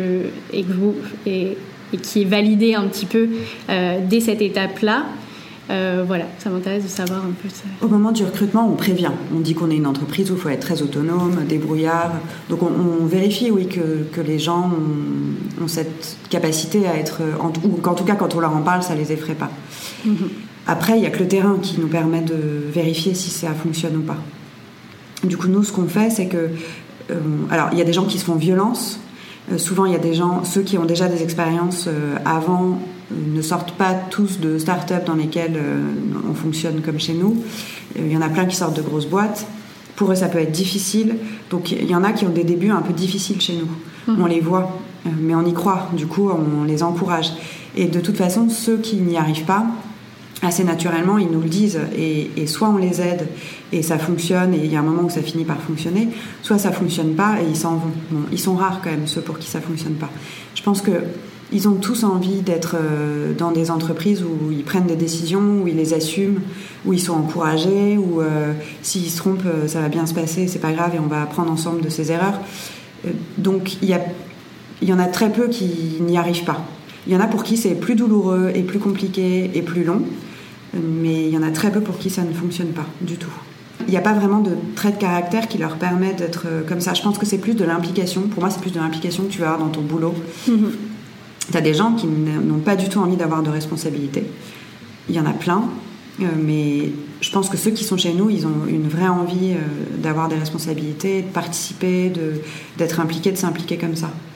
est validé un petit peu dès cette étape-là? Voilà, ça m'intéresse de savoir un peu ça. Au moment du recrutement, on prévient. On dit qu'on est une entreprise où il faut être très autonome, débrouillard. Donc on vérifie, oui, que les gens ont cette capacité à être... ou qu'en tout cas, quand on leur en parle, ça ne les effraie pas. Après, il n'y a que le terrain qui nous permet de vérifier si ça fonctionne ou pas. Du coup, nous, ce qu'on fait, c'est que... alors, il y a des gens qui se font violence. Souvent, il y a des gens, ceux qui ont déjà des expériences avant... ne sortent pas tous de start-up dans lesquelles on fonctionne comme chez nous. Il y en a plein qui sortent de grosses boîtes. Pour eux, ça peut être difficile. Donc, il y en a qui ont des débuts un peu difficiles chez nous. On les voit, mais on y croit. Du coup, on les encourage. Et de toute façon, ceux qui n'y arrivent pas, assez naturellement, ils nous le disent. Et soit on les aide et ça fonctionne, et il y a un moment où ça finit par fonctionner, soit ça fonctionne pas et ils s'en vont. Bon, ils sont rares quand même, ceux pour qui ça fonctionne pas. Je pense que ils ont tous envie d'être dans des entreprises où ils prennent des décisions, où ils les assument, où ils sont encouragés, où s'ils se trompent, ça va bien se passer, c'est pas grave et on va apprendre ensemble de ses erreurs. Donc il y en a très peu qui n'y arrivent pas. Il y en a pour qui c'est plus douloureux et plus compliqué et plus long, mais il y en a très peu pour qui ça ne fonctionne pas du tout. Il n'y a pas vraiment de trait de caractère qui leur permet d'être comme ça. Je pense que c'est plus de l'implication. Pour moi, c'est plus de l'implication que tu vas avoir dans ton boulot. T'as des gens qui n'ont pas du tout envie d'avoir de responsabilité. Il y en a plein, mais je pense que ceux qui sont chez nous, ils ont une vraie envie d'avoir des responsabilités, de participer, d'être impliqués, de s'impliquer comme ça.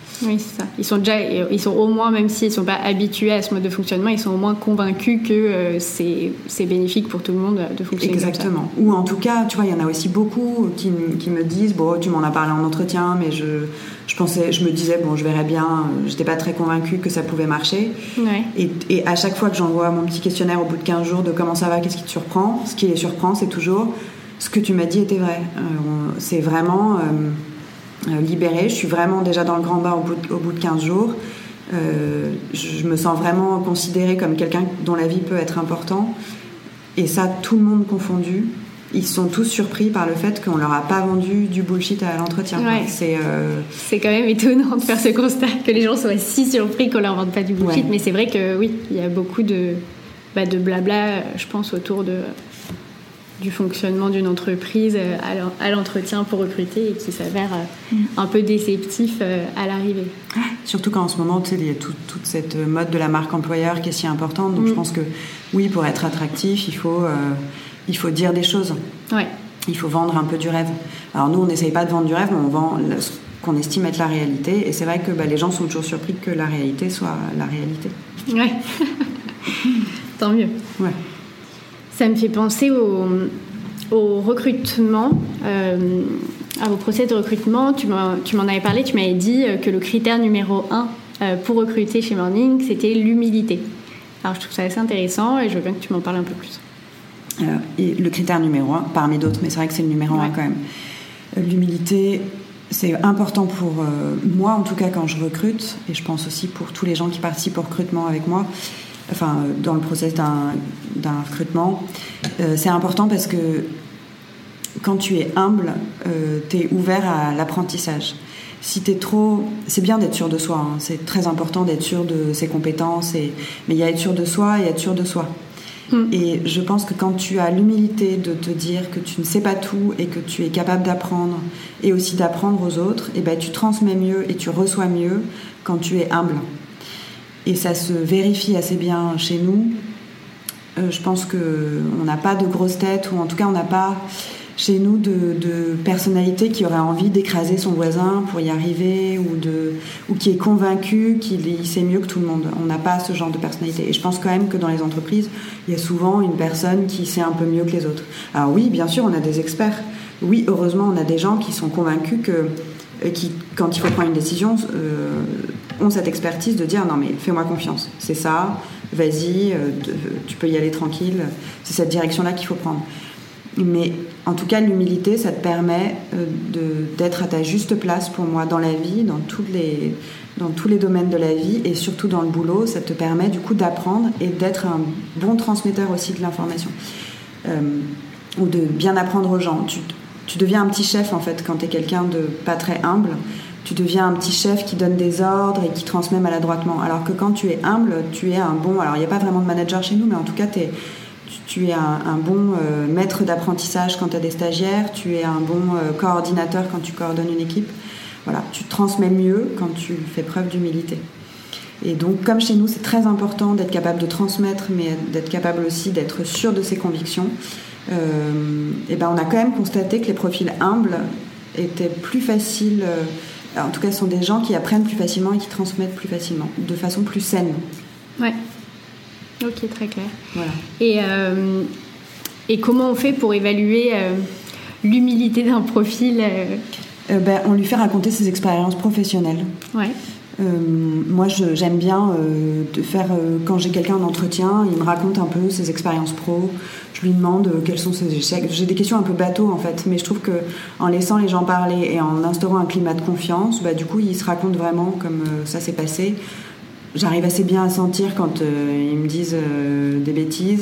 Oui, c'est ça. Ils sont au moins, même s'ils ne sont pas habitués à ce mode de fonctionnement, ils sont au moins convaincus que c'est bénéfique pour tout le monde de fonctionner Exactement. comme ça. Ou en tout cas, tu vois, il y en a aussi beaucoup qui me disent, bon, tu m'en as parlé en entretien, mais je me disais, bon, je verrais bien, j'étais pas très convaincue que ça pouvait marcher. Ouais. Et à chaque fois que j'envoie mon petit questionnaire au bout de 15 jours de comment ça va, qu'est-ce qui te surprend, ce qui les surprend, c'est toujours ce que tu m'as dit était vrai. C'est vraiment libérée. Je suis vraiment déjà dans le grand bain au bout de 15 jours. Je me sens vraiment considérée comme quelqu'un dont la vie peut être important. Et ça, tout le monde confondu. Ils sont tous surpris par le fait qu'on leur a pas vendu du bullshit à l'entretien. Ouais. C'est quand même étonnant de faire ce constat, que les gens soient si surpris qu'on leur vende pas du bullshit. Ouais. Mais c'est vrai que oui, il y a beaucoup de blabla, je pense, autour du fonctionnement d'une entreprise à l'entretien pour recruter et qui s'avère un peu déceptif à l'arrivée. Surtout qu'en ce moment, tu sais, il y a toute cette mode de la marque employeur qui est si importante. Donc je pense que oui, pour être attractif, il faut dire des choses. Ouais. Il faut vendre un peu du rêve. Alors nous, on n'essaye pas de vendre du rêve, mais on vend ce qu'on estime être la réalité. Et c'est vrai que les gens sont toujours surpris que la réalité soit la réalité. Ouais. Tant mieux. Ouais. Ça me fait penser au recrutement, à vos process de recrutement. Tu m'en avais parlé, tu m'avais dit que le critère numéro 1 pour recruter chez Morning, c'était l'humilité. Alors je trouve ça assez intéressant et je veux bien que tu m'en parles un peu plus. Et le critère numéro 1, parmi d'autres, mais c'est vrai que c'est le numéro 1 quand même. L'humilité, c'est important pour moi, en tout cas quand je recrute, et je pense aussi pour tous les gens qui participent au recrutement avec moi, enfin dans le process d'un recrutement, c'est important parce que quand tu es humble, tu es ouvert à l'apprentissage. Si t'es trop... C'est bien d'être sûr de soi, hein. C'est très important d'être sûr de ses compétences, mais il y a être sûr de soi et être sûr de soi. Et je pense que quand tu as l'humilité de te dire que tu ne sais pas tout et que tu es capable d'apprendre et aussi d'apprendre aux autres, et tu transmets mieux et tu reçois mieux quand tu es humble. Et ça se vérifie assez bien chez nous. Je pense qu'on n'a pas de grosses têtes, ou en tout cas on n'a pas chez nous de personnalité qui aurait envie d'écraser son voisin pour y arriver, ou qui est convaincu qu'il sait mieux que tout le monde. On n'a pas ce genre de personnalité. Et je pense quand même que dans les entreprises, il y a souvent une personne qui sait un peu mieux que les autres. Alors oui, bien sûr, on a des experts. Oui, heureusement, on a des gens qui sont convaincus qui, quand il faut prendre une décision, ont cette expertise de dire non mais fais-moi confiance, c'est ça, vas-y, tu peux y aller tranquille, c'est cette direction-là qu'il faut prendre. Mais en tout cas, l'humilité, ça te permet d'être à ta juste place pour moi dans la vie, dans tous les domaines de la vie, et surtout dans le boulot. Ça te permet du coup d'apprendre et d'être un bon transmetteur aussi de l'information, ou de bien apprendre aux gens. Tu deviens un petit chef en fait quand tu es quelqu'un de pas très humble. Tu deviens un petit chef qui donne des ordres et qui transmet maladroitement. Alors que quand tu es humble, tu es un bon... Alors il n'y a pas vraiment de manager chez nous, mais en tout cas tu es un bon maître d'apprentissage quand tu as des stagiaires, tu es un bon coordinateur quand tu coordonnes une équipe. Voilà, tu transmets mieux quand tu fais preuve d'humilité. Et donc, comme chez nous, c'est très important d'être capable de transmettre, mais d'être capable aussi d'être sûr de ses convictions. Et on a quand même constaté que les profils humbles étaient plus faciles... en tout cas, ce sont des gens qui apprennent plus facilement et qui transmettent plus facilement, de façon plus saine. Ouais. Ok, très clair. Voilà. Et comment on fait pour évaluer l'humilité d'un profil On lui fait raconter ses expériences professionnelles. Ouais. Moi, j'aime bien de faire... quand j'ai quelqu'un en entretien, il me raconte un peu ses expériences pro. Je lui demande quels sont ses échecs. J'ai des questions un peu bateaux, en fait. Mais je trouve qu'en laissant les gens parler et en instaurant un climat de confiance, du coup, ils se racontent vraiment comme ça s'est passé. J'arrive assez bien à sentir quand ils me disent des bêtises.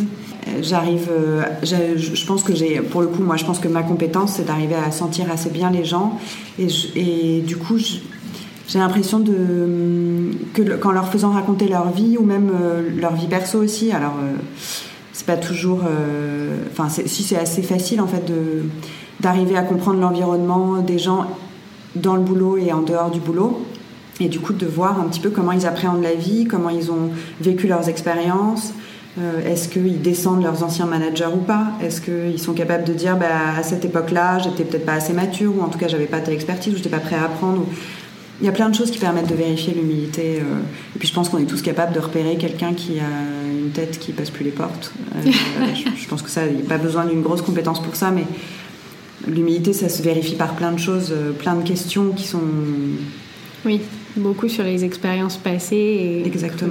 Je pense que pour le coup, moi, je pense que ma compétence, c'est d'arriver à sentir assez bien les gens. Et du coup, j'ai l'impression qu'en leur faisant raconter leur vie, ou même leur vie perso aussi, alors c'est pas toujours... si c'est assez facile, en fait, d'arriver à comprendre l'environnement des gens dans le boulot et en dehors du boulot. Et du coup, de voir un petit peu comment ils appréhendent la vie, comment ils ont vécu leurs expériences. Est-ce qu'ils descendent leurs anciens managers ou pas ? Est-ce qu'ils sont capables de dire à cette époque-là, j'étais peut-être pas assez mature, ou en tout cas, j'avais pas telle expertise, ou j'étais pas prêt à apprendre. Il y a plein de choses qui permettent de vérifier l'humilité. Et puis je pense qu'on est tous capables de repérer quelqu'un qui a une tête qui passe plus les portes. Je pense que ça, il n'y a pas besoin d'une grosse compétence pour ça, mais l'humilité, ça se vérifie par plein de choses, plein de questions qui sont... Oui, beaucoup sur les expériences passées. Exactement,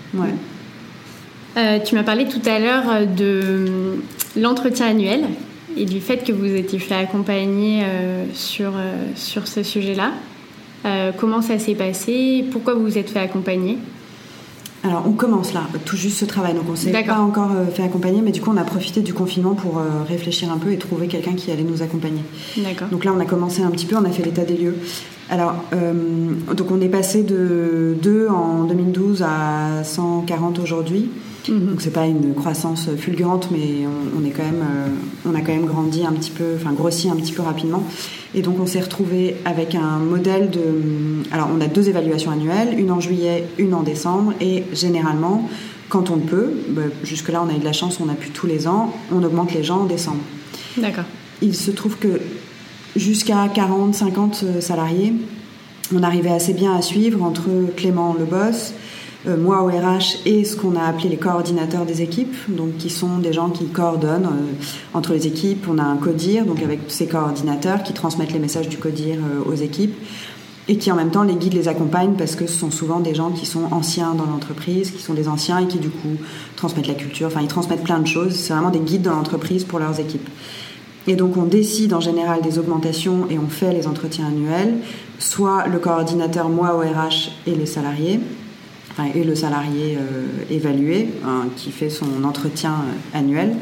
ouais. Tu m'as parlé tout à l'heure de l'entretien annuel et du fait que vous étiez fait accompagner sur ce sujet-là. Comment ça s'est passé? Pourquoi vous vous êtes fait accompagner? Alors, on commence là, tout juste ce travail. Donc, on ne s'est pas encore fait accompagner, mais du coup, on a profité du confinement pour réfléchir un peu et trouver quelqu'un qui allait nous accompagner. D'accord. Donc là, on a commencé un petit peu, on a fait l'état des lieux. Alors, donc on est passé de 2 en 2012 à 140 aujourd'hui. Donc c'est pas une croissance fulgurante, mais on a quand même grandi un petit peu, enfin grossi un petit peu rapidement. Et donc on s'est retrouvé avec un modèle de... Alors on a 2 évaluations annuelles, une en juillet, une en décembre, et généralement, quand on peut, jusque-là on a eu de la chance, on a pu tous les ans, on augmente les gens en décembre. D'accord. Il se trouve que jusqu'à 40, 50 salariés, on arrivait assez bien à suivre entre Clément, le boss, moi au RH et ce qu'on a appelé les coordinateurs des équipes, donc qui sont des gens qui coordonnent entre les équipes. On a un CODIR, donc avec ces coordinateurs qui transmettent les messages du CODIR aux équipes et qui en même temps les guident, les accompagnent, parce que ce sont souvent des gens qui sont anciens dans l'entreprise, qui sont des anciens et qui du coup transmettent la culture, enfin ils transmettent plein de choses. C'est vraiment des guides dans l'entreprise pour leurs équipes. Et donc on décide en général des augmentations et on fait les entretiens annuels, soit le coordinateur, moi au RH et les salariés, et le salarié évalué, qui fait son entretien annuel.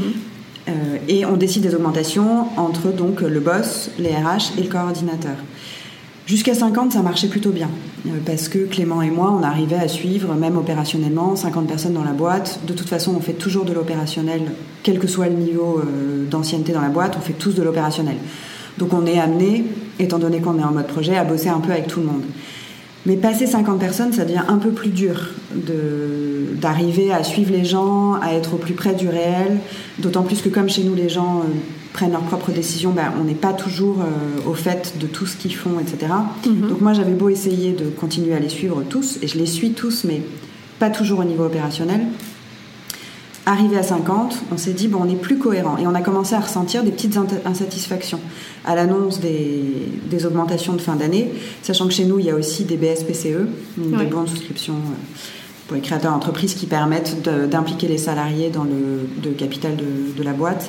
Et on décide des augmentations entre donc le boss, les RH et le coordinateur. Jusqu'à 50, ça marchait plutôt bien, parce que Clément et moi, on arrivait à suivre, même opérationnellement, 50 personnes dans la boîte. De toute façon, on fait toujours de l'opérationnel, quel que soit le niveau d'ancienneté dans la boîte, on fait tous de l'opérationnel. Donc on est amené, étant donné qu'on est en mode projet, à bosser un peu avec tout le monde. Mais passer 50 personnes, ça devient un peu plus dur d'arriver à suivre les gens, à être au plus près du réel, d'autant plus que comme chez nous, les gens prennent leurs propres décisions, on n'est pas toujours au fait de tout ce qu'ils font, etc. Donc moi, j'avais beau essayer de continuer à les suivre tous, et je les suis tous, mais pas toujours au niveau opérationnel. Arrivé à 50, on s'est dit, on n'est plus cohérent. Et on a commencé à ressentir des petites insatisfactions à l'annonce des augmentations de fin d'année, sachant que chez nous, il y a aussi des BSPCE, des bons de souscription pour les créateurs d'entreprises qui permettent d'impliquer les salariés dans le capital de la boîte.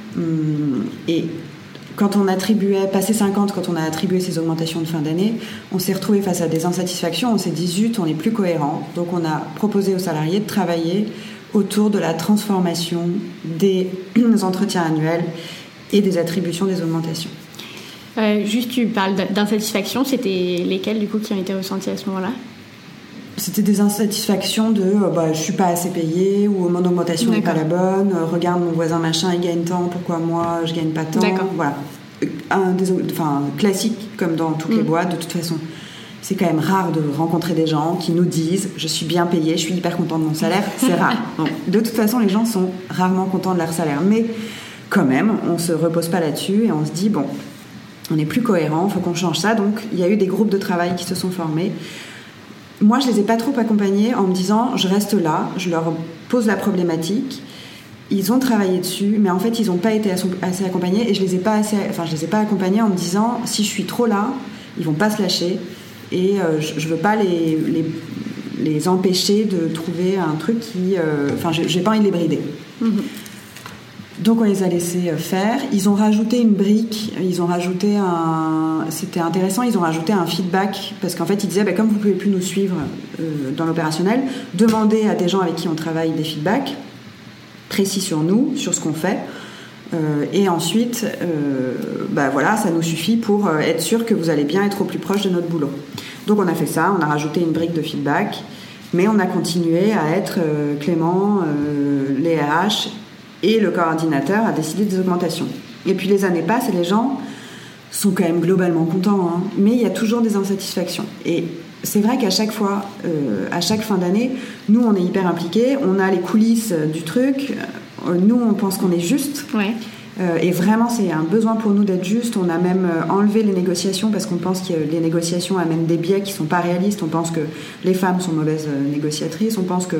Et quand on attribuait, passé 50, quand on a attribué ces augmentations de fin d'année, on s'est retrouvé face à des insatisfactions, on s'est dit, zut, on n'est plus cohérent. Donc on a proposé aux salariés de travailler autour de la transformation des entretiens annuels et des attributions des augmentations. Juste, tu parles d'insatisfaction, c'était lesquelles du coup qui ont été ressenties à ce moment-là? C'était des insatisfactions de je suis pas assez payée, ou mon augmentation n'est pas la bonne, regarde mon voisin machin il gagne tant, pourquoi moi je gagne pas tant. Voilà. Classique comme dans toutes les boîtes, de toute façon. C'est quand même rare de rencontrer des gens qui nous disent « je suis bien payée, je suis hyper content de mon salaire ». C'est rare. Donc, de toute façon, les gens sont rarement contents de leur salaire. Mais quand même, on ne se repose pas là-dessus et on se dit « bon, on n'est plus cohérent, il faut qu'on change ça ». Donc, il y a eu des groupes de travail qui se sont formés. Moi, je ne les ai pas trop accompagnés en me disant « je reste là, je leur pose la problématique ». Ils ont travaillé dessus, mais en fait, ils n'ont pas été assez accompagnés et je les ai pas accompagnés en me disant « si je suis trop là, ils ne vont pas se lâcher ». Et je ne veux pas les empêcher de trouver un truc qui... j'ai pas envie de les brider. Donc on les a laissés faire. Ils ont rajouté une brique, c'était intéressant, ils ont rajouté un feedback, parce qu'en fait ils disaient, comme vous ne pouvez plus nous suivre dans l'opérationnel, demandez à des gens avec qui on travaille des feedbacks précis sur nous, sur ce qu'on fait. Et ensuite, ça nous suffit pour être sûr que vous allez bien être au plus proche de notre boulot. Donc on a fait ça, on a rajouté une brique de feedback, mais on a continué à être Clément, les RH et le coordinateur à décider des augmentations. Et puis les années passent et les gens sont quand même globalement contents, mais il y a toujours des insatisfactions. Et c'est vrai qu'à chaque fois, à chaque fin d'année, nous on est hyper impliqués, on a les coulisses du truc. Nous, on pense qu'on est juste. Et vraiment, c'est un besoin pour nous d'être juste. On a même enlevé les négociations parce qu'on pense que les négociations amènent des biais qui ne sont pas réalistes. On pense que les femmes sont mauvaises négociatrices. On pense que,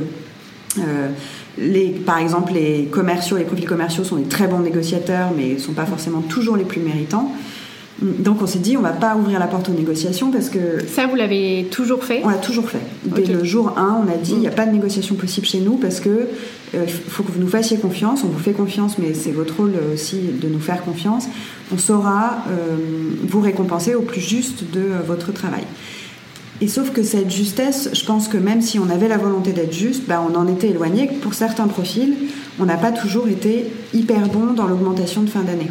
par exemple, les profils commerciaux sont des très bons négociateurs, mais ne sont pas forcément toujours les plus méritants. Donc on s'est dit, on va pas ouvrir la porte aux négociations parce que... Ça, vous l'avez toujours fait ? On l'a toujours fait. Dès le jour 1, on a dit, il n'y a pas de négociation possible chez nous parce que faut que vous nous fassiez confiance. On vous fait confiance, mais c'est votre rôle aussi de nous faire confiance. On saura vous récompenser au plus juste de votre travail. Et sauf que cette justesse, je pense que même si on avait la volonté d'être juste, on en était éloigné. Pour certains profils, on n'a pas toujours été hyper bon dans l'augmentation de fin d'année.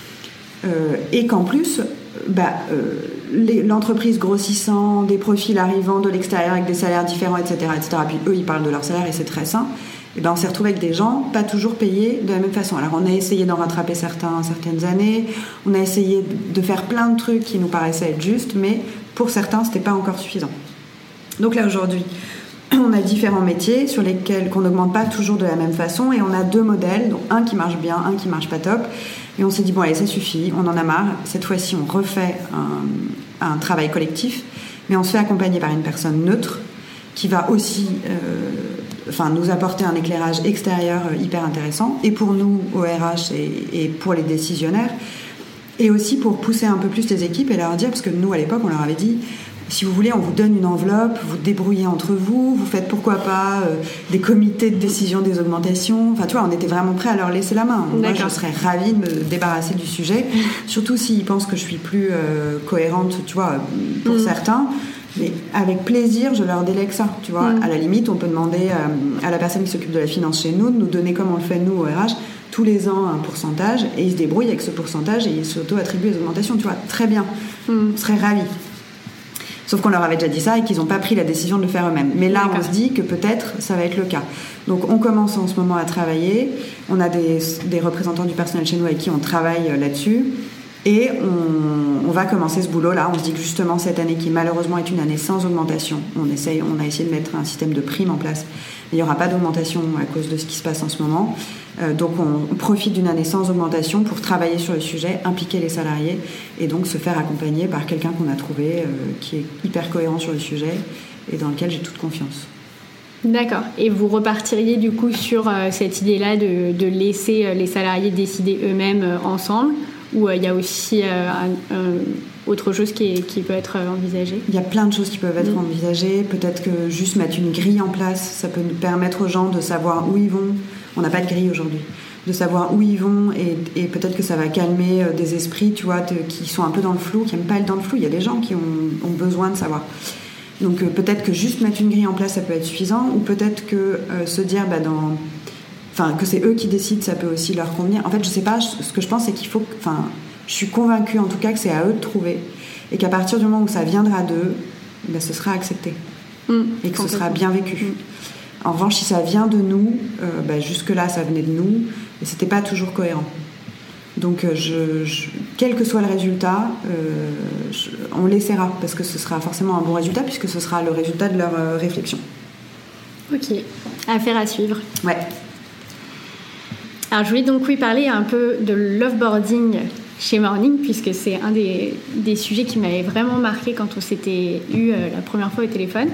Et qu'en plus, l'entreprise grossissant, des profils arrivant de l'extérieur avec des salaires différents, etc., puis eux, ils parlent de leur salaire et c'est très sain, et on s'est retrouvé avec des gens pas toujours payés de la même façon. Alors, on a essayé d'en rattraper certaines années, on a essayé de faire plein de trucs qui nous paraissaient être justes, mais pour certains, c'était pas encore suffisant. Donc là, aujourd'hui, on a différents métiers sur lesquels qu'on n'augmente pas toujours de la même façon et on a 2 modèles, donc un qui marche bien, un qui marche pas top. Et on s'est dit, bon allez, ça suffit, on en a marre. Cette fois-ci, on refait un travail collectif, mais on se fait accompagner par une personne neutre qui va aussi nous apporter un éclairage extérieur hyper intéressant, et pour nous, au RH et pour les décisionnaires, et aussi pour pousser un peu plus les équipes et leur dire, parce que nous, à l'époque, on leur avait dit, si vous voulez, on vous donne une enveloppe, vous débrouillez entre vous, vous faites pourquoi pas des comités de décision des augmentations. Enfin, tu vois, on était vraiment prêts à leur laisser la main. Moi, je serais ravie de me débarrasser du sujet, surtout s'ils pensent que je suis plus cohérente, tu vois, pour certains. Mais avec plaisir, je leur délègue ça, tu vois. À la limite, on peut demander à la personne qui s'occupe de la finance chez nous de nous donner, comme on le fait nous au RH, tous les ans un pourcentage, et ils se débrouillent avec ce pourcentage et ils s'auto-attribuent les augmentations, tu vois. Très bien, on serait ravis. Sauf qu'on leur avait déjà dit ça et qu'ils n'ont pas pris la décision de le faire eux-mêmes. Mais là, on se dit que peut-être ça va être le cas. Donc on commence en ce moment à travailler. On a des représentants du personnel chez nous avec qui on travaille là-dessus. Et on va commencer ce boulot-là. On se dit que justement cette année, qui malheureusement est une année sans augmentation, on a essayé de mettre un système de primes en place. Il n'y aura pas d'augmentation à cause de ce qui se passe en ce moment. Donc on profite d'une année sans augmentation pour travailler sur le sujet, impliquer les salariés et donc se faire accompagner par quelqu'un qu'on a trouvé qui est hyper cohérent sur le sujet et dans lequel j'ai toute confiance. D'accord. Et vous repartiriez du coup sur cette idée-là de laisser les salariés décider eux-mêmes ensemble, ou il y a aussi autre chose qui peut être envisagée ? Il y a plein de choses qui peuvent être envisagées. Peut-être que juste mettre une grille en place, ça peut nous permettre aux gens de savoir où ils vont. On n'a pas de grille aujourd'hui. De savoir où ils vont et peut-être que ça va calmer des esprits, tu vois, qui sont un peu dans le flou, qui n'aiment pas être dans le flou. Il y a des gens qui ont besoin de savoir. Donc peut-être que juste mettre une grille en place, ça peut être suffisant. Ou peut-être que se dire que c'est eux qui décident, ça peut aussi leur convenir. En fait, je sais pas, ce que je pense, c'est qu'il faut... je suis convaincue en tout cas que c'est à eux de trouver. Et qu'à partir du moment où ça viendra d'eux, ce sera accepté. Et que ce sera bien vécu. En revanche, si ça vient de nous, jusque-là, ça venait de nous, et c'était pas toujours cohérent. Donc, quel que soit le résultat, on l'essaiera, parce que ce sera forcément un bon résultat, puisque ce sera le résultat de leur réflexion. Ok, affaire à suivre. Ouais. Alors, je voulais donc parler un peu de l'offboarding chez Morning, puisque c'est un des sujets qui m'avait vraiment marqué quand on s'était eu la première fois au téléphone.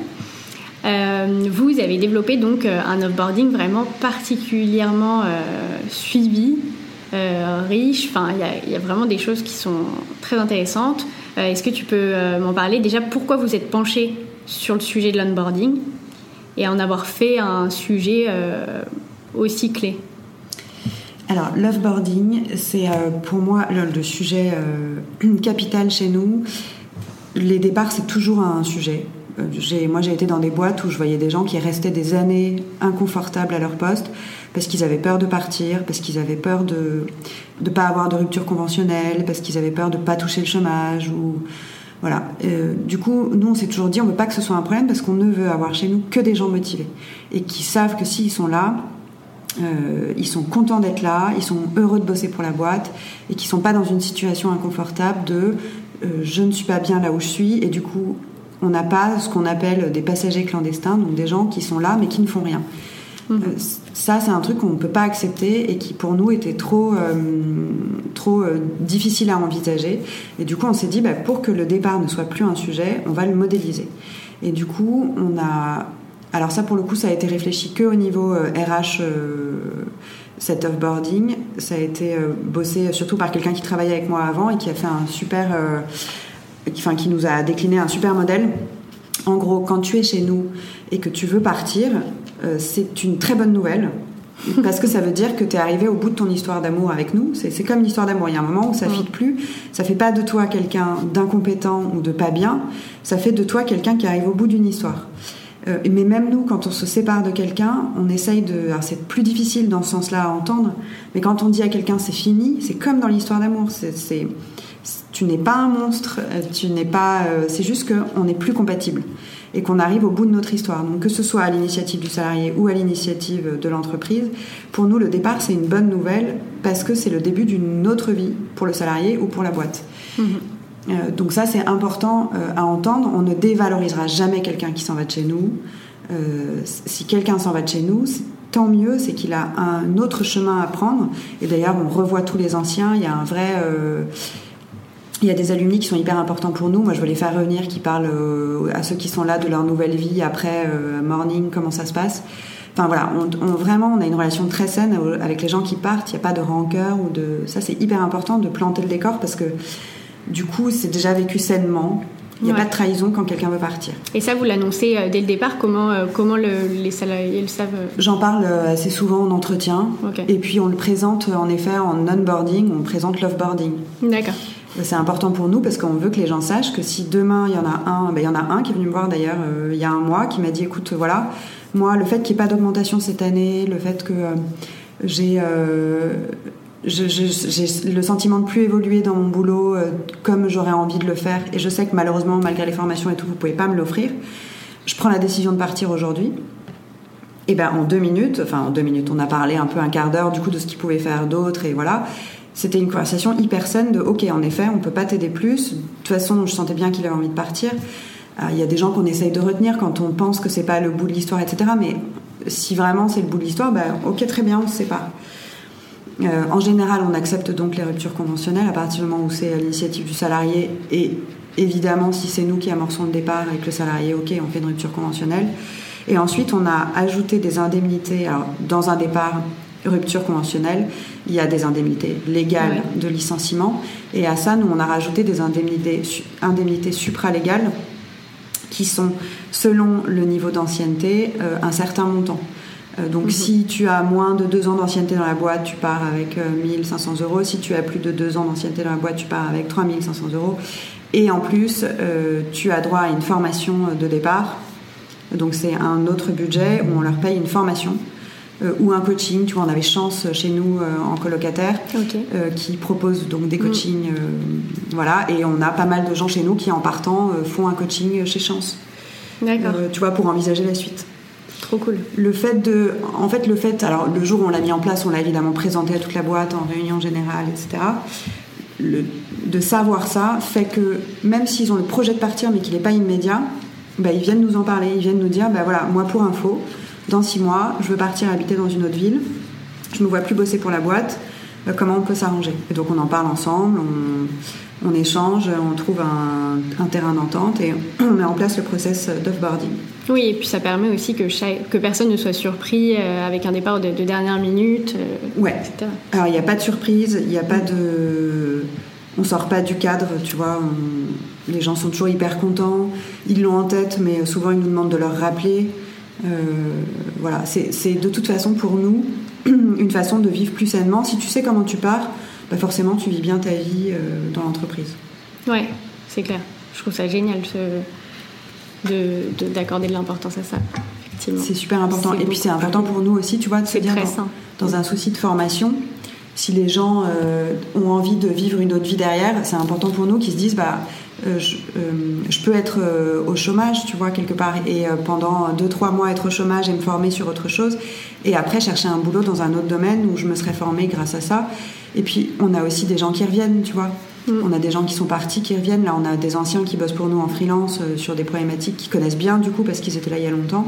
Vous avez développé donc un offboarding vraiment particulièrement suivi, riche. Enfin, il y a vraiment des choses qui sont très intéressantes. Est-ce que tu peux m'en parler ? Déjà, pourquoi vous êtes penché sur le sujet de l'onboarding et en avoir fait un sujet aussi clé ? Alors, l'offboarding, c'est pour moi le sujet capital chez nous. Les départs, c'est toujours un sujet. Moi, j'ai été dans des boîtes où je voyais des gens qui restaient des années inconfortables à leur poste parce qu'ils avaient peur de partir, parce qu'ils avaient peur de ne pas avoir de rupture conventionnelle, parce qu'ils avaient peur de ne pas toucher le chômage. Voilà. Du coup, nous, on s'est toujours dit on ne veut pas que ce soit un problème parce qu'on ne veut avoir chez nous que des gens motivés et qui savent que s'ils sont là, ils sont contents d'être là, ils sont heureux de bosser pour la boîte et qui ne sont pas dans une situation inconfortable de je ne suis pas bien là où je suis, et du coup on n'a pas ce qu'on appelle des passagers clandestins, donc des gens qui sont là mais qui ne font rien. Ça, c'est un truc qu'on ne peut pas accepter et qui, pour nous, était trop difficile à envisager. Et du coup, on s'est dit, pour que le départ ne soit plus un sujet, on va le modéliser. Et du coup, alors ça, pour le coup, ça a été réfléchi qu'au niveau RH, cet offboarding. Ça a été bossé surtout par quelqu'un qui travaillait avec moi avant et qui a fait un super... qui nous a décliné un super modèle. En gros, quand tu es chez nous et que tu veux partir, c'est une très bonne nouvelle parce que ça veut dire que tu es arrivé au bout de ton histoire d'amour avec nous. C'est comme une histoire d'amour. Il y a un moment où ça ne fit plus. Ça ne fait pas de toi quelqu'un d'incompétent ou de pas bien. Ça fait de toi quelqu'un qui arrive au bout d'une histoire. Mais même nous, quand on se sépare de quelqu'un, on essaye de... Alors c'est plus difficile dans ce sens-là à entendre, mais quand on dit à quelqu'un c'est fini, c'est comme dans l'histoire d'amour. Tu n'es pas un monstre, c'est juste qu'on n'est plus compatible et qu'on arrive au bout de notre histoire. Donc que ce soit à l'initiative du salarié ou à l'initiative de l'entreprise, pour nous le départ c'est une bonne nouvelle parce que c'est le début d'une autre vie pour le salarié ou pour la boîte. Donc ça c'est important à entendre. On ne dévalorisera jamais quelqu'un qui s'en va de chez nous. Si quelqu'un s'en va de chez nous, tant mieux, c'est qu'il a un autre chemin à prendre. Et d'ailleurs on revoit tous les anciens. Il y a un vrai... Il y a des alumni qui sont hyper importants pour nous. Moi, je veux les faire revenir, qui parlent à ceux qui sont là de leur nouvelle vie après Morning, comment ça se passe. Enfin voilà, vraiment, on a une relation très saine avec les gens qui partent. Il n'y a pas de rancœur ou de... Ça, c'est hyper important de planter le décor parce que du coup, c'est déjà vécu sainement. Il n'y a pas de trahison quand quelqu'un veut partir. Et ça, vous l'annoncez dès le départ. Comment les salariés le savent? J'en parle assez souvent en entretien. Okay. Et puis, on le présente en effet en onboarding. On présente l'offboarding. D'accord. C'est important pour nous parce qu'on veut que les gens sachent que si demain il y en a un qui est venu me voir d'ailleurs il y a un mois qui m'a dit écoute voilà, moi le fait qu'il n'y ait pas d'augmentation cette année, le fait que j'ai le sentiment de plus évoluer dans mon boulot comme j'aurais envie de le faire et je sais que malheureusement malgré les formations et tout vous pouvez pas me l'offrir, je prends la décision de partir aujourd'hui. Et en 2 minutes, on a parlé un peu un quart d'heure du coup de ce qu'il pouvait faire d'autre et voilà. C'était une conversation hyper saine de ok, en effet, on peut pas t'aider plus. De toute façon, je sentais bien qu'il avait envie de partir. Il y a des gens qu'on essaye de retenir quand on pense que c'est pas le bout de l'histoire, etc. Mais si vraiment c'est le bout de l'histoire, ok, très bien, on se sépare. En général, on accepte donc les ruptures conventionnelles à partir du moment où c'est à l'initiative du salarié. Et évidemment, si c'est nous qui amorçons le départ avec le salarié, ok, on fait une rupture conventionnelle. Et ensuite, on a ajouté des indemnités. Alors, dans un départ... rupture conventionnelle, il y a des indemnités légales de licenciement et à ça, nous, on a rajouté des indemnités supralégales qui sont, selon le niveau d'ancienneté, un certain montant. Donc, si tu as moins de 2 ans d'ancienneté dans la boîte, tu pars avec 1 500 €. Si tu as plus de 2 ans d'ancienneté dans la boîte, tu pars avec 3 500 €. Et en plus, tu as droit à une formation de départ. Donc, c'est un autre budget où on leur paye une formation. Ou un coaching, tu vois, on avait Chance chez nous en colocataire qui propose donc des coachings, voilà, et on a pas mal de gens chez nous qui en partant font un coaching chez Chance. D'accord. Tu vois, pour envisager la suite. Trop cool. Alors le jour où on l'a mis en place, on l'a évidemment présenté à toute la boîte en réunion générale, etc. De savoir ça fait que même s'ils ont le projet de partir mais qu'il n'est pas immédiat, ils viennent nous en parler, ils viennent nous dire, voilà, moi pour info, dans 6 mois, je veux partir habiter dans une autre ville. Je me vois plus bosser pour la boîte. Comment on peut s'arranger? Et donc on en parle ensemble, on échange, on trouve un terrain d'entente et on met en place le process d'offboarding. Oui, et puis ça permet aussi que personne ne soit surpris avec un départ de dernière minute, etc. Alors il n'y a pas de surprise, il n'y a pas de... On sort pas du cadre, tu vois. Les gens sont toujours hyper contents, ils l'ont en tête, mais souvent ils nous demandent de leur rappeler. Voilà, c'est de toute façon pour nous une façon de vivre plus sainement. Si tu sais comment tu pars, forcément tu vis bien ta vie dans l'entreprise. Ouais, c'est clair. Je trouve ça génial d'accorder de l'importance à ça. Effectivement. C'est super important. Et puis c'est important pour nous aussi, tu vois, de se dire dans un souci de formation, si les gens ont envie de vivre une autre vie derrière, c'est important pour nous qu'ils se disent je peux être au chômage, tu vois, quelque part, et pendant 2-3 mois être au chômage et me former sur autre chose, et après chercher un boulot dans un autre domaine où je me serais formée grâce à ça. Et puis on a aussi des gens qui reviennent, tu vois. On a des gens qui sont partis, qui reviennent. Là, on a des anciens qui bossent pour nous en freelance sur des problématiques qu'ils connaissent bien, du coup, parce qu'ils étaient là il y a longtemps.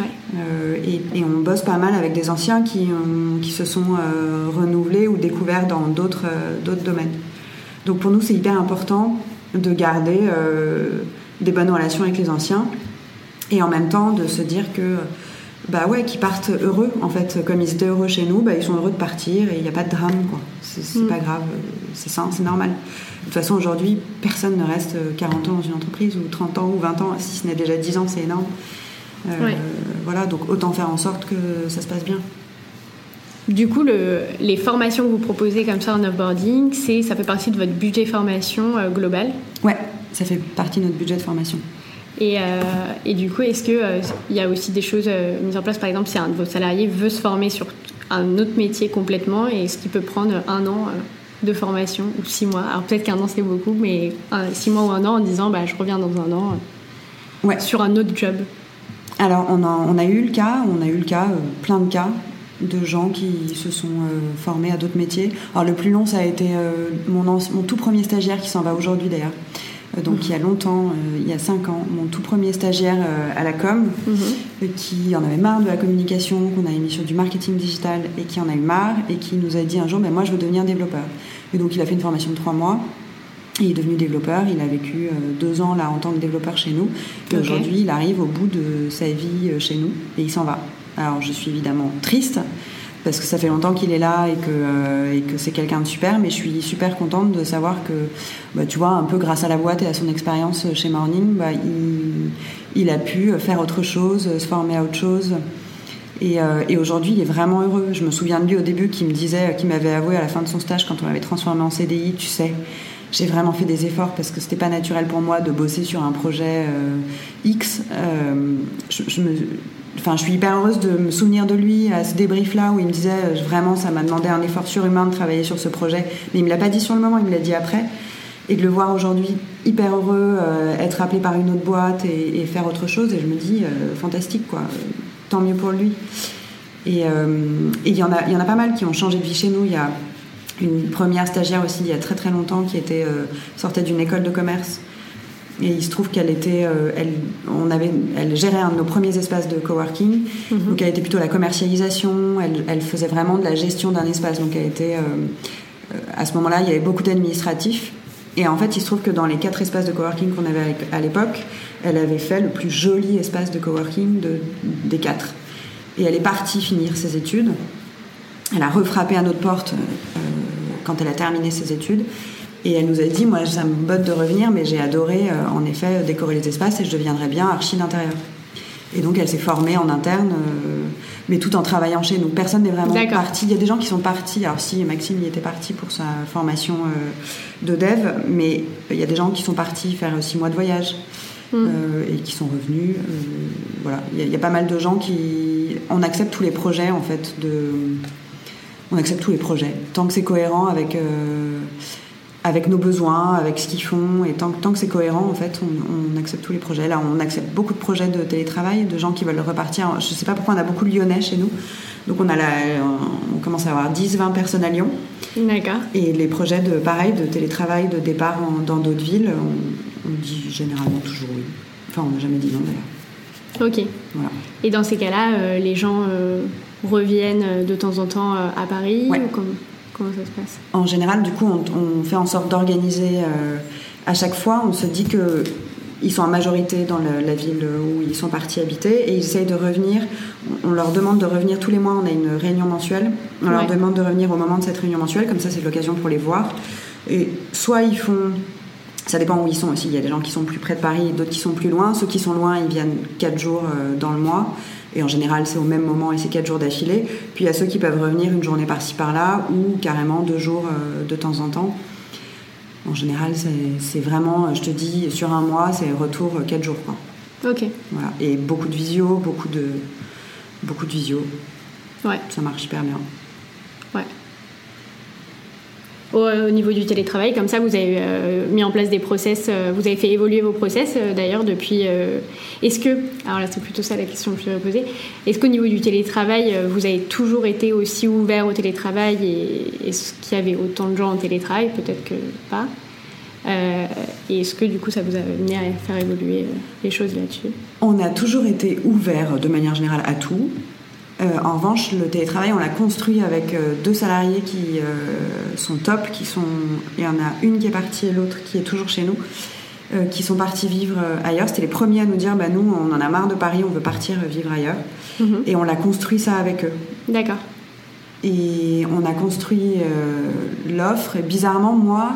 Et on bosse pas mal avec des anciens qui se sont renouvelés ou découverts dans d'autres domaines. Donc pour nous, c'est hyper important de garder des bonnes relations avec les anciens et en même temps de se dire que qu'ils partent heureux en fait, comme ils étaient heureux chez nous, ils sont heureux de partir et il n'y a pas de drame, quoi. C'est pas grave, c'est ça, c'est normal. De toute façon, aujourd'hui, personne ne reste 40 ans dans une entreprise ou 30 ans ou 20 ans, si ce n'est déjà 10 ans, c'est énorme. Voilà, donc autant faire en sorte que ça se passe bien. Du coup, les formations que vous proposez comme ça en offboarding, ça fait partie de votre budget formation global ? Ouais, ça fait partie de notre budget de formation. Et du coup, est-ce qu'il y a aussi des choses mises en place, par exemple, si un de vos salariés veut se former sur un autre métier complètement, et est-ce qu'il peut prendre 1 an de formation ou 6 mois ? Alors peut-être qu'1 an c'est beaucoup, mais 6 mois ou 1 an en disant je reviens dans 1 an sur un autre job. Alors on a eu le cas, plein de cas de gens qui se sont formés à d'autres métiers. Alors le plus long, ça a été mon tout premier stagiaire qui s'en va aujourd'hui d'ailleurs. Donc il y a longtemps, il y a 5 ans, mon tout premier stagiaire à la com, qui en avait marre de la communication, qu'on avait mis sur du marketing digital et qui en a eu marre et qui nous a dit un jour moi je veux devenir développeur. Et donc il a fait une formation de 3 mois et il est devenu développeur. Il a vécu 2 ans là en tant que développeur chez nous et aujourd'hui il arrive au bout de sa vie chez nous et il s'en va. Alors je suis évidemment triste parce que ça fait longtemps qu'il est là et que c'est quelqu'un de super, mais je suis super contente de savoir que, tu vois, un peu grâce à la boîte et à son expérience chez Morning, il a pu faire autre chose, se former à autre chose. Et aujourd'hui, il est vraiment heureux. Je me souviens de lui au début qui m'avait avoué à la fin de son stage, quand on l'avait transformé en CDI, tu sais, j'ai vraiment fait des efforts parce que c'était pas naturel pour moi de bosser sur un projet X. Je suis hyper heureuse de me souvenir de lui à ce débrief-là où il me disait vraiment ça m'a demandé un effort surhumain de travailler sur ce projet, mais il me l'a pas dit sur le moment, il me l'a dit après. Et de le voir aujourd'hui hyper heureux, être appelé par une autre boîte et faire autre chose, et je me dis fantastique quoi, tant mieux pour lui. Et il y en a pas mal qui ont changé de vie chez nous. Il y a une première stagiaire aussi il y a très très longtemps qui sortait d'une école de commerce. Et il se trouve qu'elle était, elle gérait un de nos premiers espaces de coworking. Donc elle était plutôt la commercialisation. Elle faisait vraiment de la gestion d'un espace. Donc elle était, à ce moment-là, il y avait beaucoup d'administratifs. Et en fait, il se trouve que dans les 4 espaces de coworking qu'on avait à l'époque, elle avait fait le plus joli espace de coworking des 4. Et elle est partie finir ses études. Elle a refrappé à notre porte quand elle a terminé ses études. Et elle nous a dit, moi, ça me botte de revenir, mais j'ai adoré, en effet, décorer les espaces et je deviendrais bien archi d'intérieur. Et donc, elle s'est formée en interne, mais tout en travaillant chez nous. Personne n'est vraiment parti. Il y a des gens qui sont partis. Alors, si, Maxime, il était parti pour sa formation de dev, mais il y a des gens qui sont partis faire 6 mois de voyage et qui sont revenus. Voilà. Il y a pas mal de gens qui... On accepte tous les projets, en fait, On accepte tous les projets. Tant que c'est cohérent avec nos besoins, avec ce qu'ils font, et tant que c'est cohérent, en fait, on accepte tous les projets. Là, on accepte beaucoup de projets de télétravail, de gens qui veulent repartir. Je ne sais pas pourquoi on a beaucoup de Lyonnais chez nous. Donc, on commence à avoir 10-20 personnes à Lyon. D'accord. Et les projets de télétravail, de départ dans d'autres villes, on dit généralement toujours oui. Enfin, on n'a jamais dit non, d'ailleurs. Ok. Voilà. Et dans ces cas-là, les gens reviennent de temps en temps à Paris ou comment ça se passe ? En général, du coup, on fait en sorte d'organiser à chaque fois. On se dit qu'ils sont en majorité dans la ville où ils sont partis habiter et ils essayent de revenir. On leur demande de revenir tous les mois. On a une réunion mensuelle. On leur demande de revenir au moment de cette réunion mensuelle. Comme ça, c'est l'occasion pour les voir. Et soit ils font... Ça dépend où ils sont aussi. Il y a des gens qui sont plus près de Paris et d'autres qui sont plus loin. Ceux qui sont loin, ils viennent 4 jours dans le mois. Et en général, c'est au même moment et c'est 4 jours d'affilée. Puis il y a ceux qui peuvent revenir une journée par-ci par-là ou carrément 2 jours de temps en temps. En général, c'est vraiment, je te dis, sur un mois, c'est retour 4 jours, quoi. Ok. Voilà. Et beaucoup de visio, beaucoup de visio. Ouais. Ça marche hyper bien. Ouais. Au niveau du télétravail, comme ça, vous avez mis en place des process, vous avez fait évoluer vos process d'ailleurs depuis... Est-ce que, alors là c'est plutôt ça la question que je vais poser, est-ce qu'au niveau du télétravail, vous avez toujours été aussi ouvert au télétravail et est-ce qu'il y avait autant de gens en télétravail ? Peut-être que pas. Et est-ce que du coup ça vous a amené à faire évoluer les choses là-dessus? On a toujours été ouvert de manière générale à tout. En revanche, le télétravail, on l'a construit avec 2 salariés qui sont top, il y en a une qui est partie et l'autre qui est toujours chez nous, qui sont partis vivre ailleurs. C'était les premiers à nous dire, nous, on en a marre de Paris, on veut partir vivre ailleurs. Et on l'a construit ça avec eux. D'accord. Et on a construit l'offre. Et bizarrement,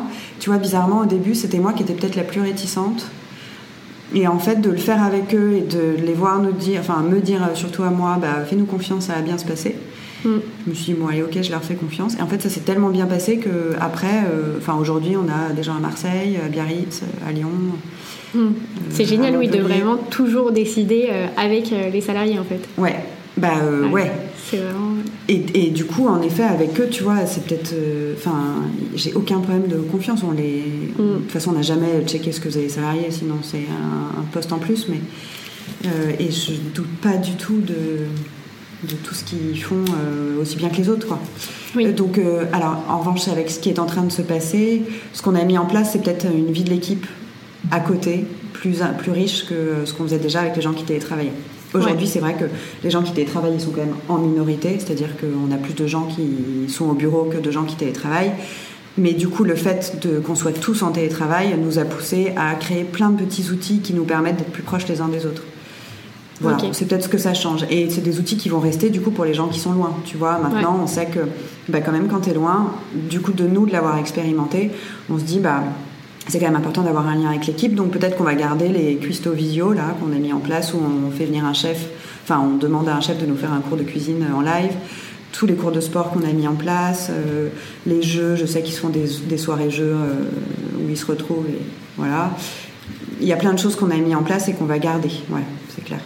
au début, c'était moi qui étais peut-être la plus réticente. Et en fait, de le faire avec eux et de les voir me dire surtout à moi, fais-nous confiance, ça va bien se passer. Je me suis dit, allez, ok, je leur fais confiance. Et en fait, ça s'est tellement bien passé qu'après, aujourd'hui, on a des gens à Marseille, à Biarritz, à Lyon. C'est génial, de vraiment toujours décider avec les salariés, en fait. Ouais. Ouais. C'est vraiment... Et du coup, en effet, avec eux, tu vois, c'est peut-être... j'ai aucun problème de confiance. De toute façon, on n'a jamais checké ce que faisaient les salariés, sinon c'est un poste en plus. Mais, et je ne doute pas du tout de tout ce qu'ils font aussi bien que les autres, quoi. Oui. Donc, alors, en revanche, avec ce qui est en train de se passer, ce qu'on a mis en place, c'est peut-être une vie de l'équipe à côté, plus riche que ce qu'on faisait déjà avec les gens qui télétravaillaient. Aujourd'hui, c'est vrai que les gens qui télétravaillent, ils sont quand même en minorité, c'est-à-dire qu'on a plus de gens qui sont au bureau que de gens qui télétravaillent. Mais du coup, le fait qu'on soit tous en télétravail nous a poussé à créer plein de petits outils qui nous permettent d'être plus proches les uns des autres. Voilà, c'est peut-être ce que ça change. Et c'est des outils qui vont rester du coup pour les gens qui sont loin. Tu vois, maintenant, on sait que quand même quand t'es loin, du coup de l'avoir expérimenté, on se dit c'est quand même important d'avoir un lien avec l'équipe, donc peut-être qu'on va garder les cuistots visio là qu'on a mis en place où on fait venir un chef, on demande à un chef de nous faire un cours de cuisine en live, tous les cours de sport qu'on a mis en place, les jeux, je sais qu'ils se font des soirées jeux où ils se retrouvent, et voilà. Il y a plein de choses qu'on a mis en place et qu'on va garder, c'est clair.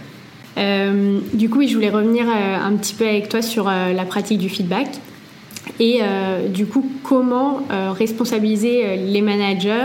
Du coup, je voulais revenir un petit peu avec toi sur la pratique du feedback. Et du coup, comment responsabiliser les managers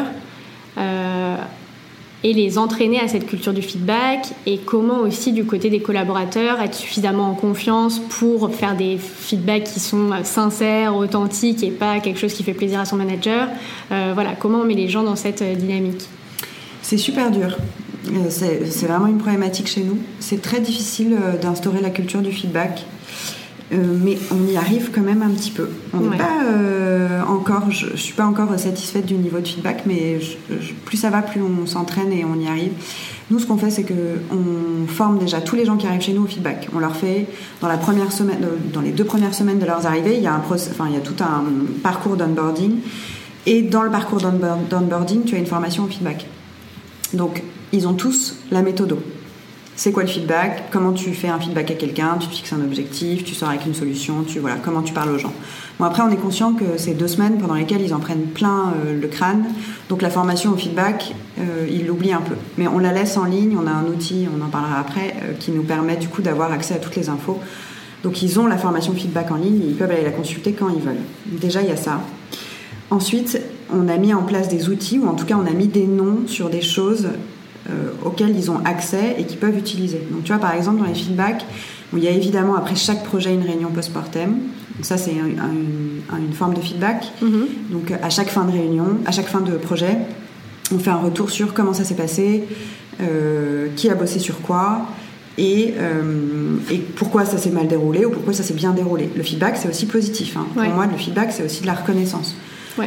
et les entraîner à cette culture du feedback, et comment aussi du côté des collaborateurs être suffisamment en confiance pour faire des feedbacks qui sont sincères, authentiques et pas quelque chose qui fait plaisir à son manager. Comment on met les gens dans cette dynamique? C'est super dur. C'est vraiment une problématique chez nous. C'est très difficile d'instaurer la culture du feedback. Mais on y arrive quand même un petit peu. On n'est pas encore... Je suis pas encore satisfaite du niveau de feedback, mais plus ça va, plus on s'entraîne et on y arrive. Nous, ce qu'on fait, c'est qu'on forme déjà tous les gens qui arrivent chez nous au feedback. On leur fait, dans les 2 premières semaines de leurs arrivées, il y a tout un parcours d'onboarding. Et dans le parcours d'onboarding, tu as une formation au feedback. Donc, ils ont tous la méthode. C'est quoi le feedback? Comment tu fais un feedback à quelqu'un? Tu te fixes un objectif, tu sors avec une solution, comment tu parles aux gens. Bon, après, on est conscient que c'est 2 semaines pendant lesquelles ils en prennent plein le crâne. Donc la formation au feedback, ils l'oublient un peu. Mais on la laisse en ligne, on a un outil, on en parlera après, qui nous permet du coup d'avoir accès à toutes les infos. Donc ils ont la formation feedback en ligne, ils peuvent aller la consulter quand ils veulent. Déjà, il y a ça. Ensuite, on a mis en place des outils, ou en tout cas, on a mis des noms sur des choses auxquels ils ont accès et qu'ils peuvent utiliser. Donc tu vois, par exemple, dans les feedbacks, il y a évidemment après chaque projet une réunion post-mortem. Donc ça, c'est une forme de feedback. Donc à chaque fin de réunion, à chaque fin de projet, on fait un retour sur comment ça s'est passé, qui a bossé sur quoi, et pourquoi ça s'est mal déroulé ou pourquoi ça s'est bien déroulé. Le feedback, c'est aussi positif. Pour moi, le feedback, c'est aussi de la reconnaissance.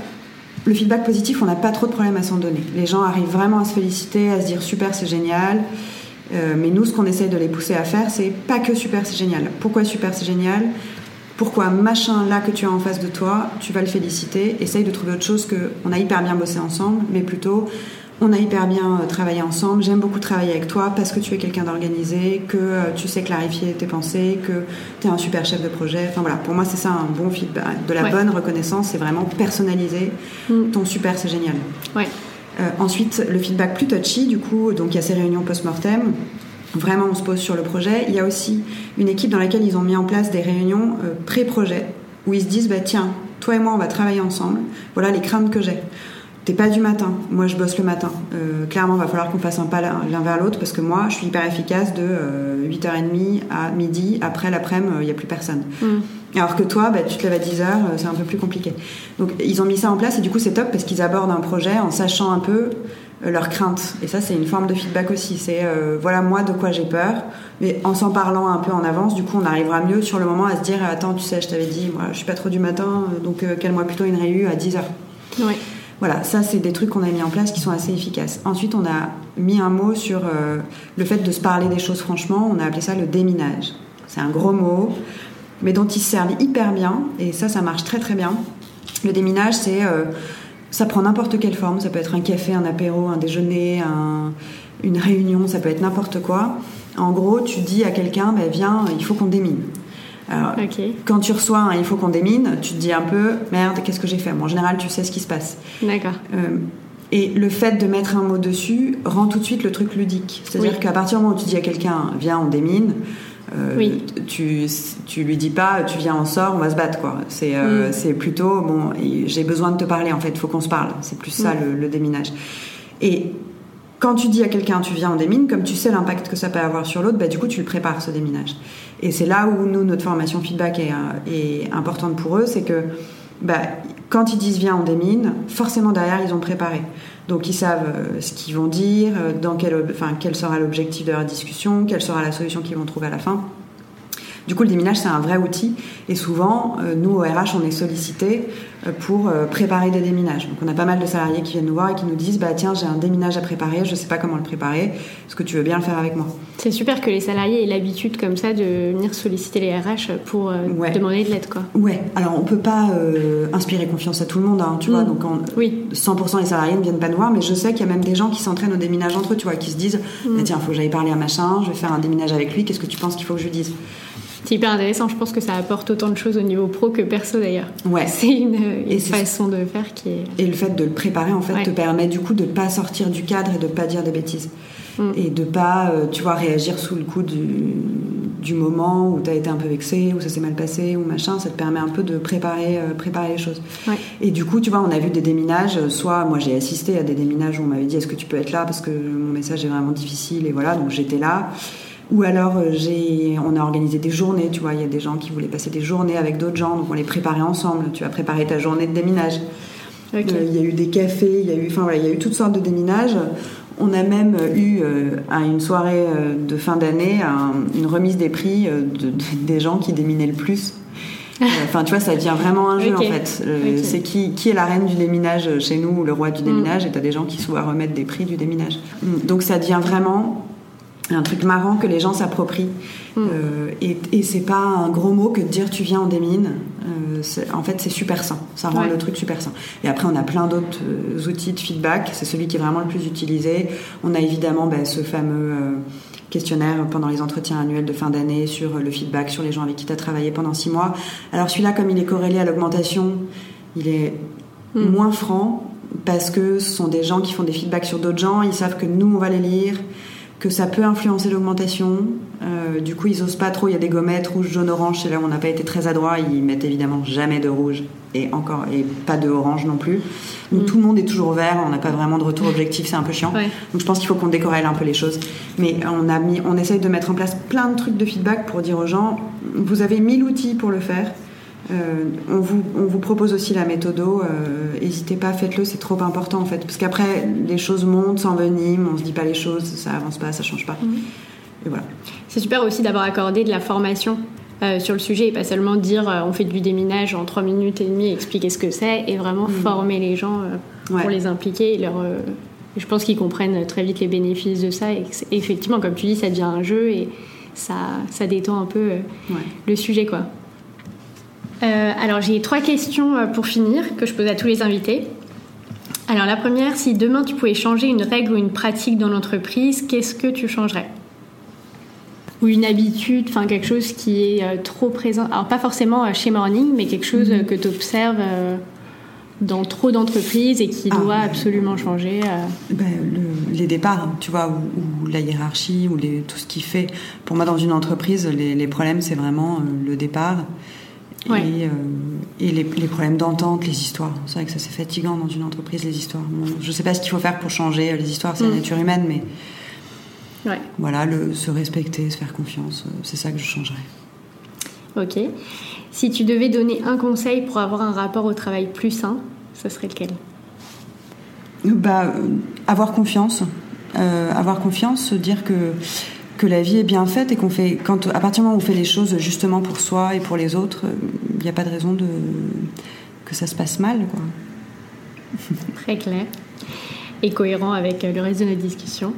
Le feedback positif, on n'a pas trop de problèmes à s'en donner. Les gens arrivent vraiment à se féliciter, à se dire super, c'est génial. Mais nous, ce qu'on essaie de les pousser à faire, c'est pas que super, c'est génial. Pourquoi super, c'est génial? Pourquoi machin là que tu as en face de toi, tu vas le féliciter? Essaye de trouver autre chose que on a hyper bien bossé ensemble, mais plutôt on a hyper bien travaillé ensemble. J'aime beaucoup travailler avec toi parce que tu es quelqu'un d'organisé, que tu sais clarifier tes pensées, que tu es un super chef de projet. Enfin voilà, pour moi c'est ça un bon feedback, de la bonne reconnaissance, c'est vraiment personnaliser ton super, c'est génial. Ensuite, le feedback plus touchy, du coup, donc il y a ces réunions post-mortem. Vraiment, on se pose sur le projet. Il y a aussi une équipe dans laquelle ils ont mis en place des réunions pré-projet où ils se disent tiens, toi et moi, on va travailler ensemble. Voilà les craintes que j'ai. T'es pas du matin, moi je bosse le matin. Clairement, il va falloir qu'on fasse un pas l'un vers l'autre parce que moi, je suis hyper efficace de 8h30 à midi. Après l'après-midi, il n'y a plus personne. Alors que toi, tu te lèves à 10h, c'est un peu plus compliqué. Donc ils ont mis ça en place et du coup c'est top parce qu'ils abordent un projet en sachant un peu leurs craintes. Et ça c'est une forme de feedback aussi. C'est voilà moi de quoi j'ai peur, mais en s'en parlant un peu en avance, du coup on arrivera mieux sur le moment à se dire attends tu sais je t'avais dit moi je suis pas trop du matin donc cale-moi plutôt une réu à 10h. Ouais. Voilà, ça c'est des trucs qu'on a mis en place qui sont assez efficaces. Ensuite on a mis un mot sur le fait de se parler des choses franchement, on a appelé ça le déminage. C'est un gros mot, mais dont ils se servent hyper bien, et ça marche très très bien. Le déminage, c'est ça prend n'importe quelle forme, ça peut être un café, un apéro, un déjeuner, une réunion, ça peut être n'importe quoi. En gros, tu dis à quelqu'un, viens, il faut qu'on démine. Alors, quand tu reçois un il faut qu'on démine, tu te dis un peu, merde, qu'est-ce que j'ai fait ? Bon, en général, tu sais ce qui se passe. D'accord. Et le fait de mettre un mot dessus rend tout de suite le truc ludique. C'est-à-dire qu'à partir du moment où tu dis à quelqu'un, viens, on démine, tu lui dis pas tu viens on sort on va se battre quoi. C'est plutôt bon j'ai besoin de te parler en fait, il faut qu'on se parle, c'est plus ça le déminage. Et quand tu dis à quelqu'un tu viens on démine, comme tu sais l'impact que ça peut avoir sur l'autre, du coup tu le prépares ce déminage. Et c'est là où nous notre formation feedback est importante pour eux, c'est que quand ils disent viens on démine, forcément derrière ils ont préparé. Donc ils savent ce qu'ils vont dire, quel sera l'objectif de leur discussion, quelle sera la solution qu'ils vont trouver à la fin. Du coup, le déminage, c'est un vrai outil. Et souvent, nous, au RH, on est sollicités pour préparer des déminages. Donc on a pas mal de salariés qui viennent nous voir et qui nous disent tiens, j'ai un déminage à préparer, je sais pas comment le préparer, est-ce que tu veux bien le faire avec moi ? C'est super que les salariés aient l'habitude comme ça de venir solliciter les RH pour demander de l'aide, quoi. Ouais, alors on peut pas inspirer confiance à tout le monde, hein, tu vois, donc 100% des salariés ne viennent pas nous voir, mais je sais qu'il y a même des gens qui s'entraînent au déminage entre eux, tu vois, qui se disent tiens, faut que j'aille parler à machin, je vais faire un déminage avec lui, qu'est-ce que tu penses qu'il faut que je lui dise ? C'est hyper intéressant, je pense que ça apporte autant de choses au niveau pro que perso d'ailleurs. Ouais. C'est une façon de faire qui est... Et le fait de le préparer en fait te permet du coup de pas sortir du cadre et de pas dire des bêtises. Et de pas, tu vois, réagir sous le coup du moment où t'as été un peu vexé, où ça s'est mal passé, ou machin, ça te permet un peu de préparer les choses. Ouais. Et du coup, tu vois, on a vu des déminages, soit moi j'ai assisté à des déminages où on m'avait dit est-ce que tu peux être là parce que mon message est vraiment difficile, et voilà, donc j'étais là. Ou alors on a organisé des journées, tu vois, il y a des gens qui voulaient passer des journées avec d'autres gens, donc on les préparait ensemble. Tu vas préparer ta journée de déminage. Il y a eu des cafés, il y a eu toutes sortes de déminages. On a même eu à une soirée de fin d'année une remise des prix des gens qui déminaient le plus. Enfin, tu vois, ça devient vraiment un jeu en fait. C'est qui est la reine du déminage chez nous, ou le roi du déminage, et t'as des gens qui soient remettre des prix du déminage. Donc ça devient vraiment un truc marrant que les gens s'approprient. Et c'est pas un gros mot que de dire tu viens en démine. En fait, c'est super sain. Ça rend le truc super sain. Et après, on a plein d'autres outils de feedback. C'est celui qui est vraiment le plus utilisé. On a évidemment ce fameux questionnaire pendant les entretiens annuels de fin d'année sur le feedback sur les gens avec qui tu as travaillé pendant 6 mois. Alors celui-là, comme il est corrélé à l'augmentation, il est moins franc parce que ce sont des gens qui font des feedbacks sur d'autres gens. Ils savent que nous, on va les lire, que ça peut influencer l'augmentation. Du coup, ils osent pas trop. Il y a des gommettes rouge, jaune, orange. C'est là où on n'a pas été très adroit. Ils mettent évidemment jamais de rouge et pas de orange non plus. Donc tout le monde est toujours vert. On n'a pas vraiment de retour objectif. C'est un peu chiant. Ouais. Donc je pense qu'il faut qu'on décorrèle un peu les choses. Mais on essaye de mettre en place plein de trucs de feedback pour dire aux gens vous avez 1000 outils pour le faire. On vous propose aussi la méthodo, n'hésitez pas, faites-le, c'est trop important en fait, parce qu'après les choses montent, s'enveniment, on se dit pas les choses, ça avance pas, ça change pas. Et voilà. C'est super aussi d'avoir accordé de la formation sur le sujet et pas seulement dire on fait du déminage en 3 minutes et demie, expliquer ce que c'est, et vraiment former les gens pour les impliquer et je pense qu'ils comprennent très vite les bénéfices de ça, et effectivement comme tu dis ça devient un jeu et ça détend un peu le sujet quoi. Alors j'ai 3 questions pour finir que je pose à tous les invités. Alors la première, si demain tu pouvais changer une règle ou une pratique dans l'entreprise, qu'est-ce que tu changerais ? Ou une habitude, enfin quelque chose qui est trop présent, alors pas forcément chez Morning, mais quelque chose que tu observes dans trop d'entreprises et qui doit absolument changer. Les départs, tu vois, ou la hiérarchie, ou tout ce qui fait. Pour moi, dans une entreprise, les problèmes, c'est vraiment le départ. Et les problèmes d'entente, les histoires. C'est vrai que ça c'est fatigant dans une entreprise, les histoires. Bon, je sais pas ce qu'il faut faire pour changer les histoires, c'est la nature humaine, mais voilà, se respecter, se faire confiance, c'est ça que je changerais. Ok. Si tu devais donner un conseil pour avoir un rapport au travail plus sain, ce serait lequel ? Avoir confiance. Avoir confiance, se dire que la vie est bien faite et à partir du moment où on fait les choses justement pour soi et pour les autres, il n'y a pas de raison que ça se passe mal, quoi. Très clair et cohérent avec le reste de notre discussion.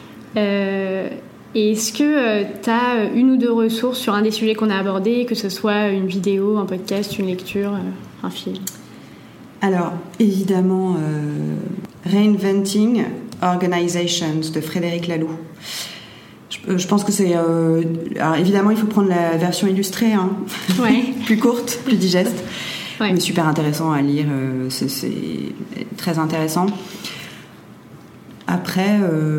Est-ce que tu as une ou deux ressources sur un des sujets qu'on a abordés, que ce soit une vidéo, un podcast, une lecture, un film ? Alors, évidemment, Reinventing Organizations de Frédéric Laloux. Je pense que c'est... alors évidemment, il faut prendre la version illustrée, hein. Ouais. Plus courte, plus digeste. Ouais. Mais super intéressant à lire, c'est très intéressant. Après,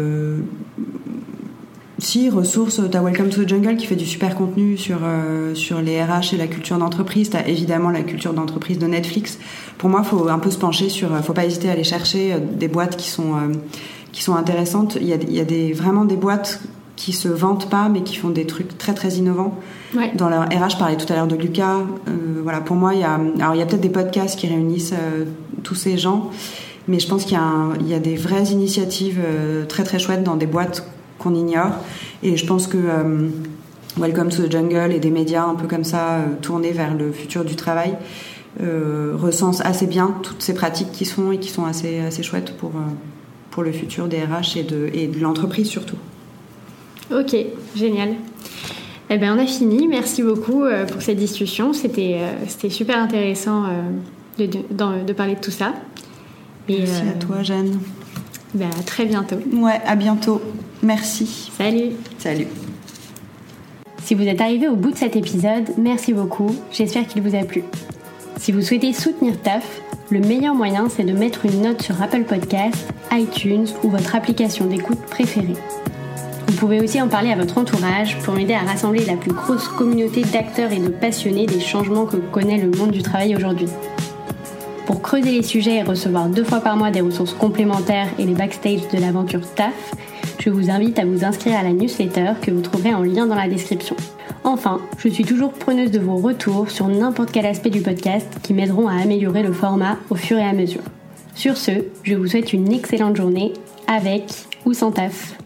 ressources, t'as Welcome to the Jungle qui fait du super contenu sur les RH et la culture d'entreprise. T'as évidemment la culture d'entreprise de Netflix. Pour moi, faut un peu se pencher faut pas hésiter à aller chercher des boîtes qui sont intéressantes. Il y a vraiment des boîtes qui se vantent pas, mais qui font des trucs très très innovants. Ouais. Dans leur RH, je parlais tout à l'heure de Lucas. Voilà, pour moi, il y a peut-être des podcasts qui réunissent tous ces gens, mais je pense qu'il y a des vraies initiatives très très chouettes dans des boîtes qu'on ignore. Et je pense que Welcome to the Jungle et des médias un peu comme ça tournés vers le futur du travail recensent assez bien toutes ces pratiques qui se font et qui sont assez chouettes pour le futur des RH et de l'entreprise surtout. Ok, génial. Eh ben, on a fini. Merci beaucoup pour cette discussion. C'était super intéressant de parler de tout ça. Merci à toi, Jeanne. Ben, à très bientôt. Ouais, à bientôt. Merci. Salut. Salut. Si vous êtes arrivé au bout de cet épisode, merci beaucoup. J'espère qu'il vous a plu. Si vous souhaitez soutenir TAF, le meilleur moyen, c'est de mettre une note sur Apple Podcasts, iTunes ou votre application d'écoute préférée. Vous pouvez aussi en parler à votre entourage pour m'aider à rassembler la plus grosse communauté d'acteurs et de passionnés des changements que connaît le monde du travail aujourd'hui. Pour creuser les sujets et recevoir 2 fois par mois des ressources complémentaires et les backstage de l'aventure TAF, je vous invite à vous inscrire à la newsletter que vous trouverez en lien dans la description. Enfin, je suis toujours preneuse de vos retours sur n'importe quel aspect du podcast qui m'aideront à améliorer le format au fur et à mesure. Sur ce, je vous souhaite une excellente journée avec ou sans TAF.